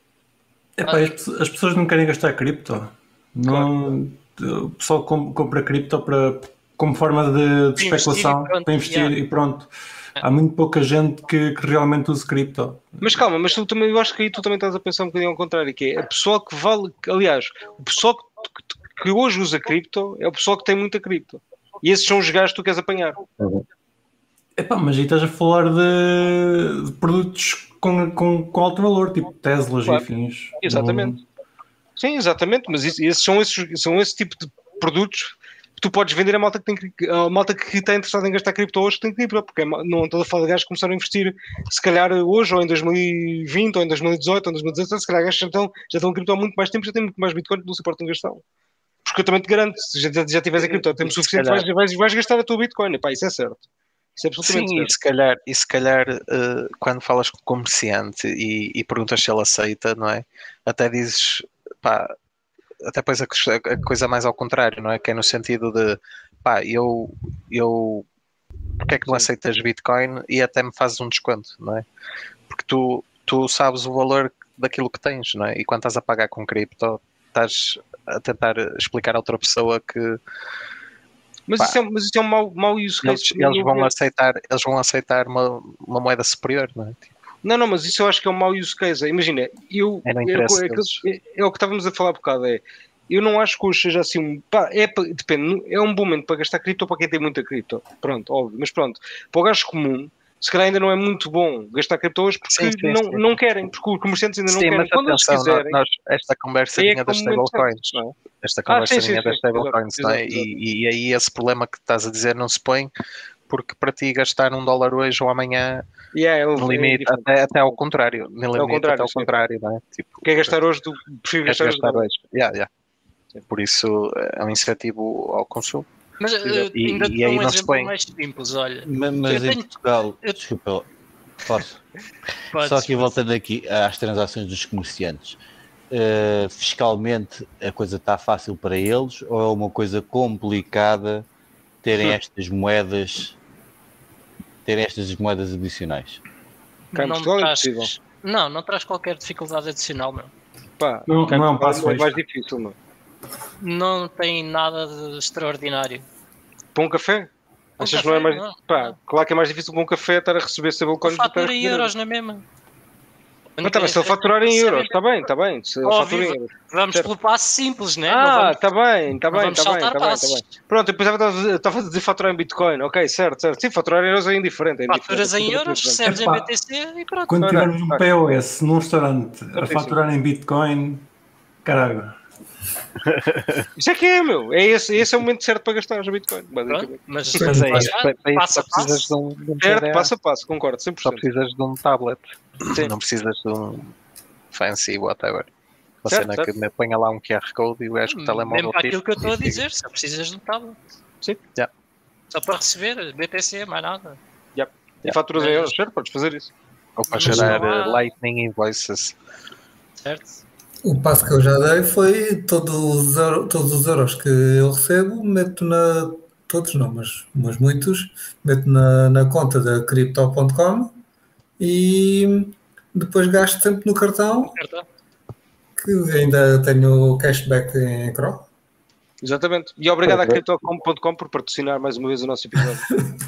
As pessoas não querem gastar cripto. Não, o pessoal compra cripto como forma de especulação, para investir e pronto. Há muito pouca gente que realmente usa cripto. Mas calma, eu acho que aí tu também estás a pensar um bocadinho ao contrário, que é o pessoal que aliás, o pessoal que hoje usa cripto é o pessoal que tem muita cripto. E esses são os gajos que tu queres apanhar. Mas aí estás a falar de produtos com alto valor, tipo Teslas e afins. Exatamente. Sim, exatamente, mas esses são esse tipo de produtos que tu podes vender a malta que está interessada em gastar cripto hoje, que tem cripto, porque não estou a falar de gajos que começaram a investir se calhar hoje, ou em 2020, ou em 2018, ou em 2017, se calhar gajos já estão em cripto há muito mais tempo, já têm muito mais Bitcoin que não se importam em gastar. Porque eu também te garanto, se já tiveres a cripto há tempo suficiente, vais gastar a tua Bitcoin. Isso é certo. Isso é absolutamente certo. E se calhar quando falas com o comerciante e perguntas se ele aceita, não é? Até dizes, até depois a coisa mais ao contrário, não é? Que é no sentido de, porque é que não aceitas Bitcoin e até me fazes um desconto, não é? Porque tu sabes o valor daquilo que tens, não é? E quando estás a pagar com cripto, estás a tentar explicar a outra pessoa que... Mas isso é um mau use case. Eles vão aceitar uma moeda superior, não é? Não, mas isso eu acho que é um mau use case. Imagina, é o que estávamos a falar há bocado. Eu não acho que hoje seja assim. Depende, é um bom momento para gastar cripto ou para quem tem muita cripto. Pronto, óbvio. Mas pronto, para o gajo comum, se calhar ainda não é muito bom gastar cripto hoje porque não querem, porque os comerciantes ainda não querem. Mas quando eles quiserem. Esta conversa vinha das stablecoins. Esta conversa vinha das stablecoins, não é? E aí esse problema que estás a dizer não se põe, porque para ti gastar $1 hoje ou amanhã no limite, até ao contrário. No limite, até ao contrário, não é? Tipo, quer gastar hoje, tu prefiro gastar hoje. Por isso é um incentivo ao consumo. Mas ainda te dou um exemplo mais simples, olha. Mas em Portugal, desculpa, posso? Só que voltando aqui às transações dos comerciantes, fiscalmente a coisa está fácil para eles ou é uma coisa complicada terem estas moedas adicionais? Não traz qualquer dificuldade adicional, meu. Não é um passo mais difícil, não. Não tem nada de extraordinário. Para um café? Achas que não é mais... Claro que é mais difícil para um café estar a receber stablecoins do que fatura em euros na mesma. Mas também se ele faturar em euros, está bem. Se ele faturar em euros. Vamos pelo passo simples, né? Está bem. Passos. Pronto, depois estava a dizer faturar em Bitcoin. Ok, certo. Sim, faturar em euros é indiferente. Faturas em euros, recebes em BTC e pronto. Quando tivermos um POS num restaurante a faturar em Bitcoin, caralho. Isso é que é, meu. Esse é o momento certo para gastar os Bitcoin, basicamente. Mas é isso. passo a precisas de passo. um Certo, PDA. passo a passo, concordo, 100%. Só precisas de um tablet. Sim. Não precisas de um fancy whatever. Uma Certo, cena que me ponha lá um QR Code e o gajo com o telemóvel. Mesmo para aquilo que eu estou a dizer, só precisas de um tablet. Sim. Yeah. Só para receber BTC, mais nada. E faturas em euros, certo? Podes fazer isso. Ou para Mas gerar não há- Lightning Invoices. Certo? O passo que eu já dei foi todos os euros que eu recebo, meto na. Todos não, mas muitos, meto na conta da Crypto.com e depois gasto sempre no cartão, que ainda tenho cashback em CRO. Exatamente. E obrigado à Crypto.com por patrocinar mais uma vez o nosso episódio.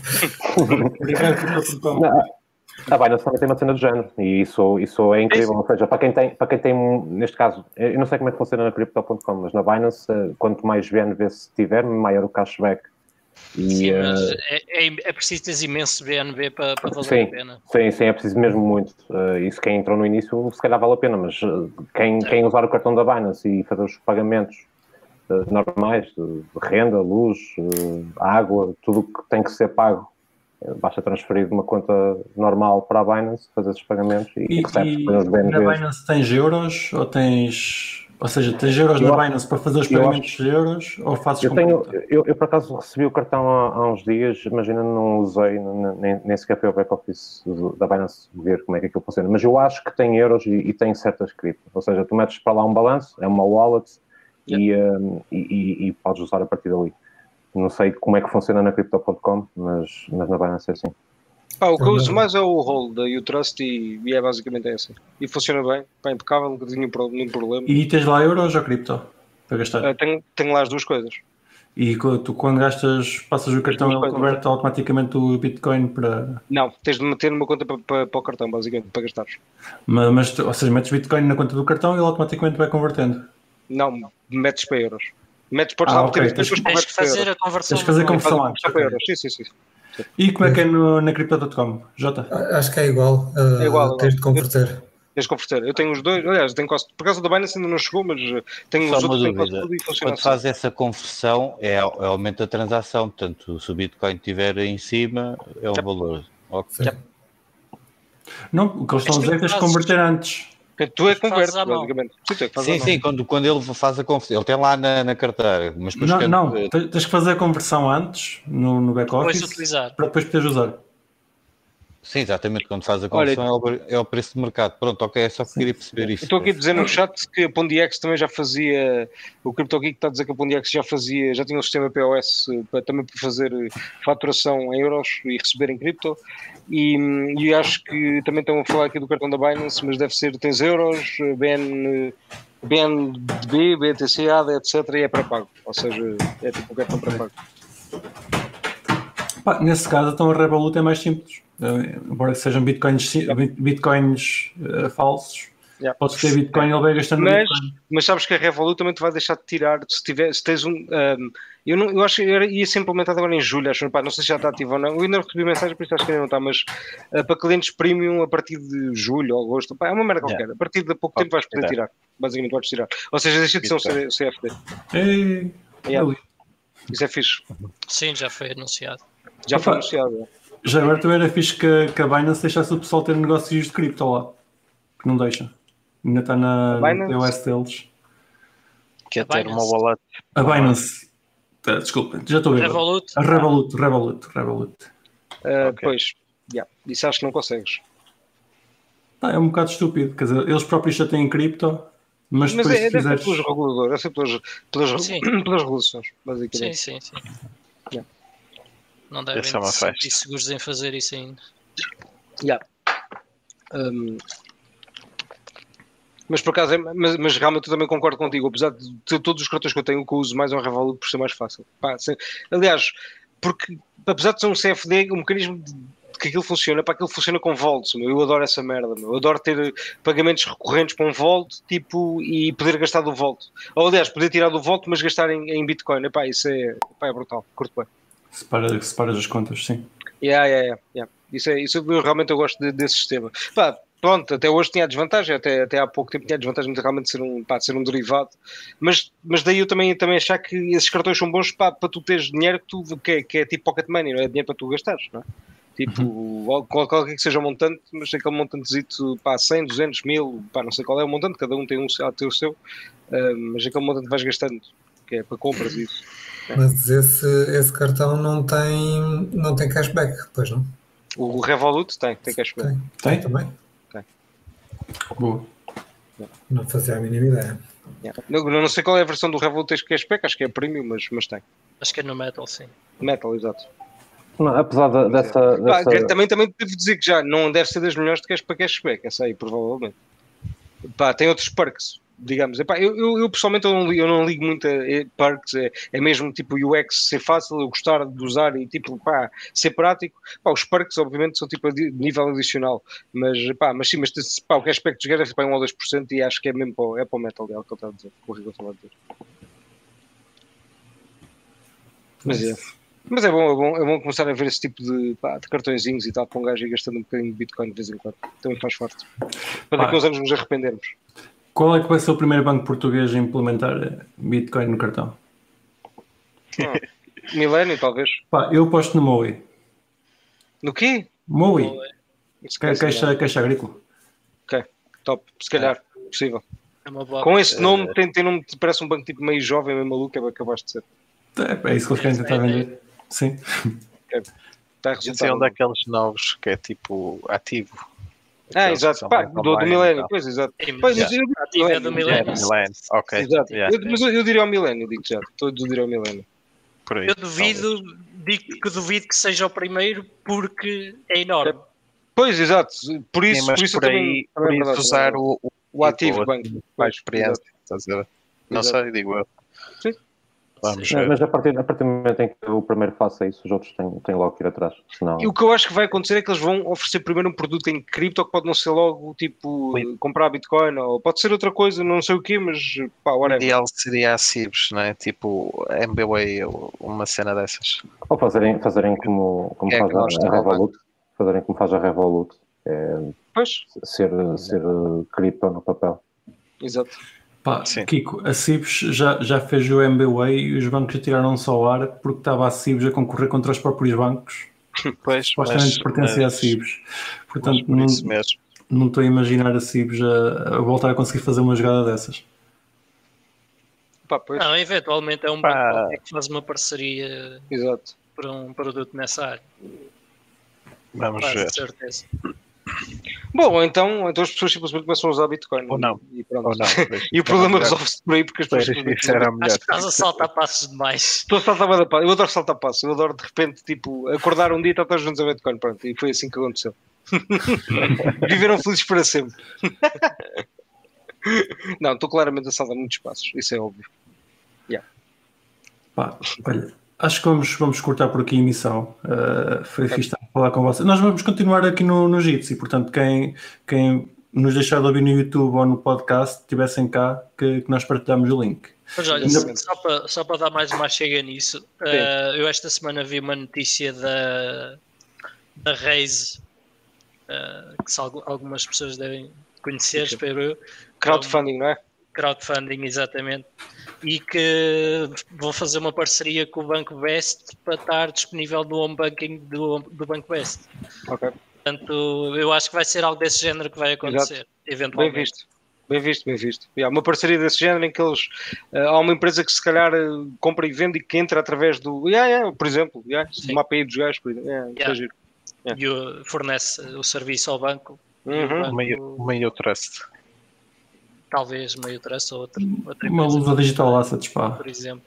A Binance também tem uma cena do género e isso é incrível. Ou seja, para quem tem, neste caso, eu não sei como é que funciona na Crypto.com, mas na Binance, quanto mais BNB se tiver, maior o cashback. Sim, mas é preciso ter imenso BNB para valer a pena. Sim, é preciso mesmo muito. Isso quem entrou no início, se calhar vale a pena, mas quem usar o cartão da Binance e fazer os pagamentos normais, de renda, luz, água, tudo o que tem que ser pago, basta transferir de uma conta normal para a Binance, fazer esses pagamentos e recebes depois os BNBs. Na Binance tens euros ou seja, tens euros na Binance para fazer os pagamentos de euros ou fazes eu por acaso recebi o cartão há uns dias, mas ainda não usei, nem sequer foi ao back-office da Binance ver como é que aquilo funciona, mas eu acho que tem euros e tem certas criptos, ou seja, tu metes para lá um balanço, é uma wallet e podes usar a partir dali. Não sei como é que funciona na Crypto.com, mas na Binance é assim. O que eu uso mais é o Hold da Utrust e é basicamente assim. E funciona bem, está impecável, nunca tive nenhum problema. E tens lá euros ou cripto para gastar? Tenho lá as duas coisas. E tu quando gastas, passas o cartão, ele converte automaticamente o Bitcoin para... Não, tens de meter numa conta para o cartão, basicamente, para gastares. Mas ou seja, metes Bitcoin na conta do cartão e ele automaticamente vai convertendo? Não, metes para euros. Podes tens que fazer a conversão. Tens que fazer a conversão antes. Para euros. Sim. E como é que é na Crypto.com, Jota? Acho que é igual. É igual. Tens de converter. Tens de converter. Eu tenho os dois. Aliás, tenho quase. Por causa da Binance ainda não chegou, mas tenho os outros. Tenho quase tudo e funciona. Quando faz essa conversão, é aumento da transação. Portanto, se o Bitcoin estiver em cima, é um valor. Okay. Não, o que eles estão a dizer é que tens de converter antes. Tu é que convertes, basicamente. Sim, quando ele faz a conversão. Ele tem lá na carteira. Mas tens que fazer a conversão antes, no back-office, para depois poderes usar. Sim, exatamente. Quando faz a conversão é o preço de mercado. Pronto, ok, é só que queria perceber isso. Estou aqui a dizer no chat que a Pondex também já fazia, o CryptoGeek está a dizer que a Pondex já tinha um sistema POS também para fazer faturação em euros e receber em cripto, e acho que também estão a falar aqui do cartão da Binance, mas deve ser, tens euros, BNB, BTC, ADA, etc, e é pré-pago, ou seja, é tipo um cartão pré-pago. Nesse caso, então a Revolut é mais simples. Embora sejam bitcoins falsos, podes ter Bitcoin e ele vai gastando Bitcoin. Mas sabes que a Revolut também te vai deixar de tirar se tens um. Eu acho que ia ser implementado agora em julho, acho, não sei se já está ativo ou não. Eu ainda não recebi mensagem, por isso acho que ainda não está, mas para clientes premium a partir de julho ou agosto, é uma merda qualquer. A partir de pouco tempo vais poder tirar. Basicamente podes tirar. Ou seja, deixa de ser um CFD. Isso é fixe. Sim, já foi anunciado. Já foi anunciado. Já agora também era fixe que a Binance deixasse o pessoal ter negócios de cripto lá. Que não deixa. Ainda está na POS deles. Que é ter uma wallet. A Binance. Desculpa, já estou a ver. A Revolut. Pois, isso acho que não consegues. É um bocado estúpido. Quer dizer, eles próprios já têm cripto, mas depois se quiseres... pelos reguladores, pelas regulações, basicamente. Sim. Não devem ser seguros em fazer isso ainda. Mas por acaso, mas realmente eu também concordo contigo, apesar de todos os cartões que eu tenho, o que eu uso mais é um Revolut por ser mais fácil. Aliás, porque apesar de ser um CFD, o mecanismo de que aquilo funciona, para aquilo funciona com volts, meu. Eu adoro essa merda, meu. Eu adoro ter pagamentos recorrentes para um volt, tipo, e poder gastar do volt. Ou, aliás, poder tirar do volt, mas gastar em Bitcoin. Epá, isso é brutal, curto bem. Separas as contas, sim. Yeah. Isso eu realmente gosto desse sistema. Pá, pronto, até hoje tinha a desvantagem, até há pouco tempo tinha a desvantagem de realmente ser um derivado, mas daí eu também achar que esses cartões são bons para tu teres dinheiro que é tipo pocket money, não é dinheiro para tu gastares, não é? Tipo, qualquer que seja o montante, mas aquele montantezito, pá, 100, 200, 1000, pá, não sei qual é o montante, cada um tem o seu, mas aquele montante vais gastando, que é para compras e isso. Mas esse cartão não tem cashback, pois não? O Revolut tem cashback. Tem também? Tem. Boa. Não fazia a mínima ideia. Yeah. Não sei qual é a versão do Revolut que cashback, acho que é premium, mas tem. Acho que é no Metal, sim. Metal, exato. Não, apesar dessa... Também devo dizer que já não deve ser das melhores de cashback, essa aí, provavelmente. Pá, tem outros perks, digamos. Epá, eu pessoalmente eu não ligo muito a perks, é mesmo tipo o UX ser fácil, eu gostar de usar e tipo, pá, ser prático. Pá, os perks obviamente são tipo de nível adicional, mas sim, o cashback de jogar é tipo 1 ou 2% e acho que é mesmo para o Metal, é o que ele está a dizer, o Rico está a dizer. Mas é bom começar a ver esse tipo de cartõezinhos e tal, para um gajo ir gastando um bocadinho de Bitcoin de vez em quando. Também faz forte. Para daqui a uns anos nos arrependermos. Qual é que vai ser o primeiro banco português a implementar Bitcoin no cartão? Milênio, talvez. Pá, eu aposto no Moe. No quê? Moe. Caixa Agrícola. Ok, top. Se calhar, possível. É uma boa. Com esse nome, tem nome, parece um banco tipo meio jovem, meio maluco, é o que acabaste de ser. É isso que eles querem tentar vender. Sim. Está a resultar. É um daqueles novos que é tipo ativo. Exato. Pá, do Milênio, pois, exato. Ativo é do Milênio. Ok. Exato. Mas eu diria ao Milênio, digo já. Todos diriam ao Milênio. Eu digo que duvido que seja o primeiro porque é enorme. Pois, exato. Por isso, mas por aí, por isso usar o ativo banco. Mais experiência. Estás a ver? Não sei, digo eu. Sim. Vamos ver. Mas a partir do momento em que o primeiro faça isso, os outros têm logo que ir atrás. Senão... E o que eu acho que vai acontecer é que eles vão oferecer primeiro um produto em cripto que pode não ser logo tipo comprar Bitcoin ou pode ser outra coisa, não sei o quê, mas pá, O whatever. ideal seria a CIBS, não é? Tipo MBWay, uma cena dessas. Ou fazerem como faz a Revolut. Fazerem como faz a Revolut. Pois. Ser cripto no papel. Exato. Pá, Kiko, a CIBS já fez o MBWay e os bancos já tiraram-se ao ar porque estava a CIBS a concorrer contra os próprios bancos. Pois, supostamente pertencia à CIBS. Portanto, não estou a imaginar a CIBS a voltar a conseguir fazer uma jogada dessas. Pá, pois. Não, eventualmente é um banco que faz uma parceria. Exato. Para um produto nessa área. Vamos ver. Com certeza. Bom, então as pessoas simplesmente começam a usar Bitcoin. Ou não. E pronto. Ou não. E o problema resolve-se por aí porque as pessoas... Isso era melhor. Acho que estás a saltar passos demais. Estou a saltar bem da paz. Eu adoro saltar passos. Eu adoro de repente, tipo, acordar um dia e estar todos juntos a Bitcoin. Pronto. E foi assim que aconteceu. Viveram felizes para sempre. Não, estou claramente a saltar muitos passos. Isso é óbvio. Pá, olha, acho que vamos cortar por aqui a emissão. Foi fixe estar a falar com vocês. Nós vamos continuar aqui no Jitsi, portanto, quem nos deixar de ouvir no YouTube ou no podcast, estivessem cá, que nós partilhamos o link. Mas olha, só para dar mais uma chega nisso, eu esta semana vi uma notícia da Raise, que algumas pessoas devem conhecer, espero eu. Crowdfunding, não é? Crowdfunding, exatamente. E que vão fazer uma parceria com o Banco Best para estar disponível no home banking do Banco Best. Ok. Portanto, eu acho que vai ser algo desse género que vai acontecer, eventualmente. Bem visto. Uma parceria desse género em que eles... há uma empresa que se calhar compra e vende e que entra através do... por exemplo, uma API dos gajos, por exemplo. E fornece o serviço ao banco. Meio trust. Talvez meio trust ou outra uma lusa digital assets, pá. Por exemplo.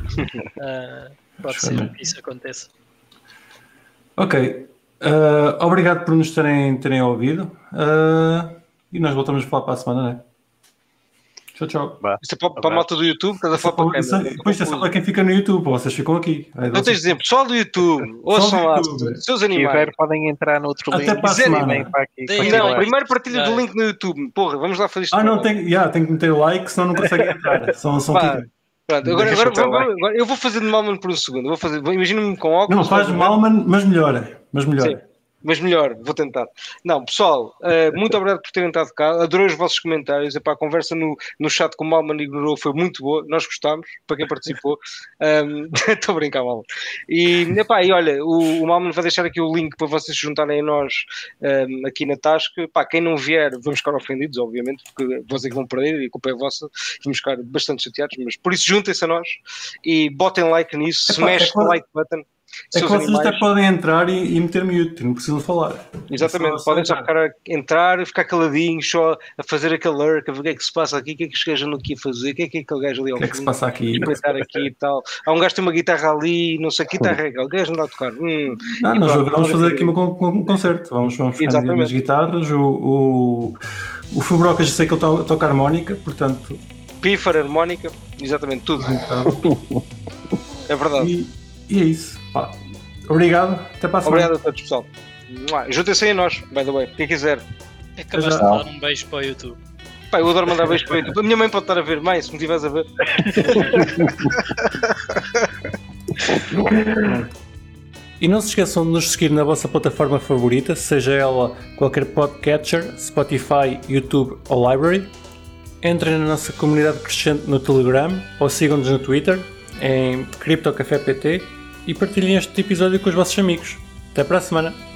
Pode ser que isso aconteça. Ok. Obrigado por nos terem ouvido. E nós voltamos a falar para a semana, não é? Tchau. Isso é para a malta do YouTube, estás a falar para quem? Depois é só para quem fica no YouTube, vocês ficam aqui. Não tens de dizer, pessoal do YouTube, ouçam lá, seus animais. Podem entrar no outro link. Até para a semana. Não, primeiro partilha do link no YouTube. Porra, vamos lá fazer isto. Não, tem que meter like, senão não conseguem entrar. Pronto, agora eu vou fazer de Malman por um segundo. Imagina-me com óculos. Não, faz Malman, mas melhor. Sim. Mas melhor, vou tentar. Não, pessoal, muito obrigado por terem estado cá. Adorei os vossos comentários. Epá, a conversa no chat com o Malman ignorou foi muito boa. Nós gostámos, para quem participou. Estou a brincar, Malman. E olha, o Malman vai deixar aqui o link para vocês se juntarem a nós aqui na Tasca. Epá, quem não vier, vamos ficar ofendidos, obviamente, porque vocês é que vão perder e a culpa é vossa. Vamos ficar bastante chateados, mas por isso juntem-se a nós e botem like nisso, smash o like button. É que vocês até podem entrar e meter mute, não precisam falar. Exatamente, podem só entrar e ficar caladinhos, só a fazer aquele lurk, a ver o que é que se passa aqui, o que é que os gajos andam aqui a fazer, o que é aquele gajo ali ao fundo. O que é que se passa aqui? Aqui e tal. Há um gajo que tem uma guitarra ali, não sei que guitarra é, o gajo não dá a tocar. Nós vamos fazer aqui um concerto, vamos ficar nas guitarras, o Fubroca já sei que ele toca harmónica, portanto... Pífaro, harmónica, exatamente, tudo. É verdade. E é isso. Obrigado, até para a semana. Obrigado a todos, pessoal. Juntem-se a nós, by the way, quem quiser. Acabaste de dar um beijo para o YouTube. Pá, eu adoro mandar beijos para o YouTube. A minha mãe pode estar a ver, mãe, se me estiveres a ver. E não se esqueçam de nos seguir na vossa plataforma favorita, seja ela qualquer podcatcher, Spotify, YouTube ou Library. Entrem na nossa comunidade crescente no Telegram ou sigam-nos no Twitter em CryptoCafé PT e partilhem este episódio com os vossos amigos. Até para a semana!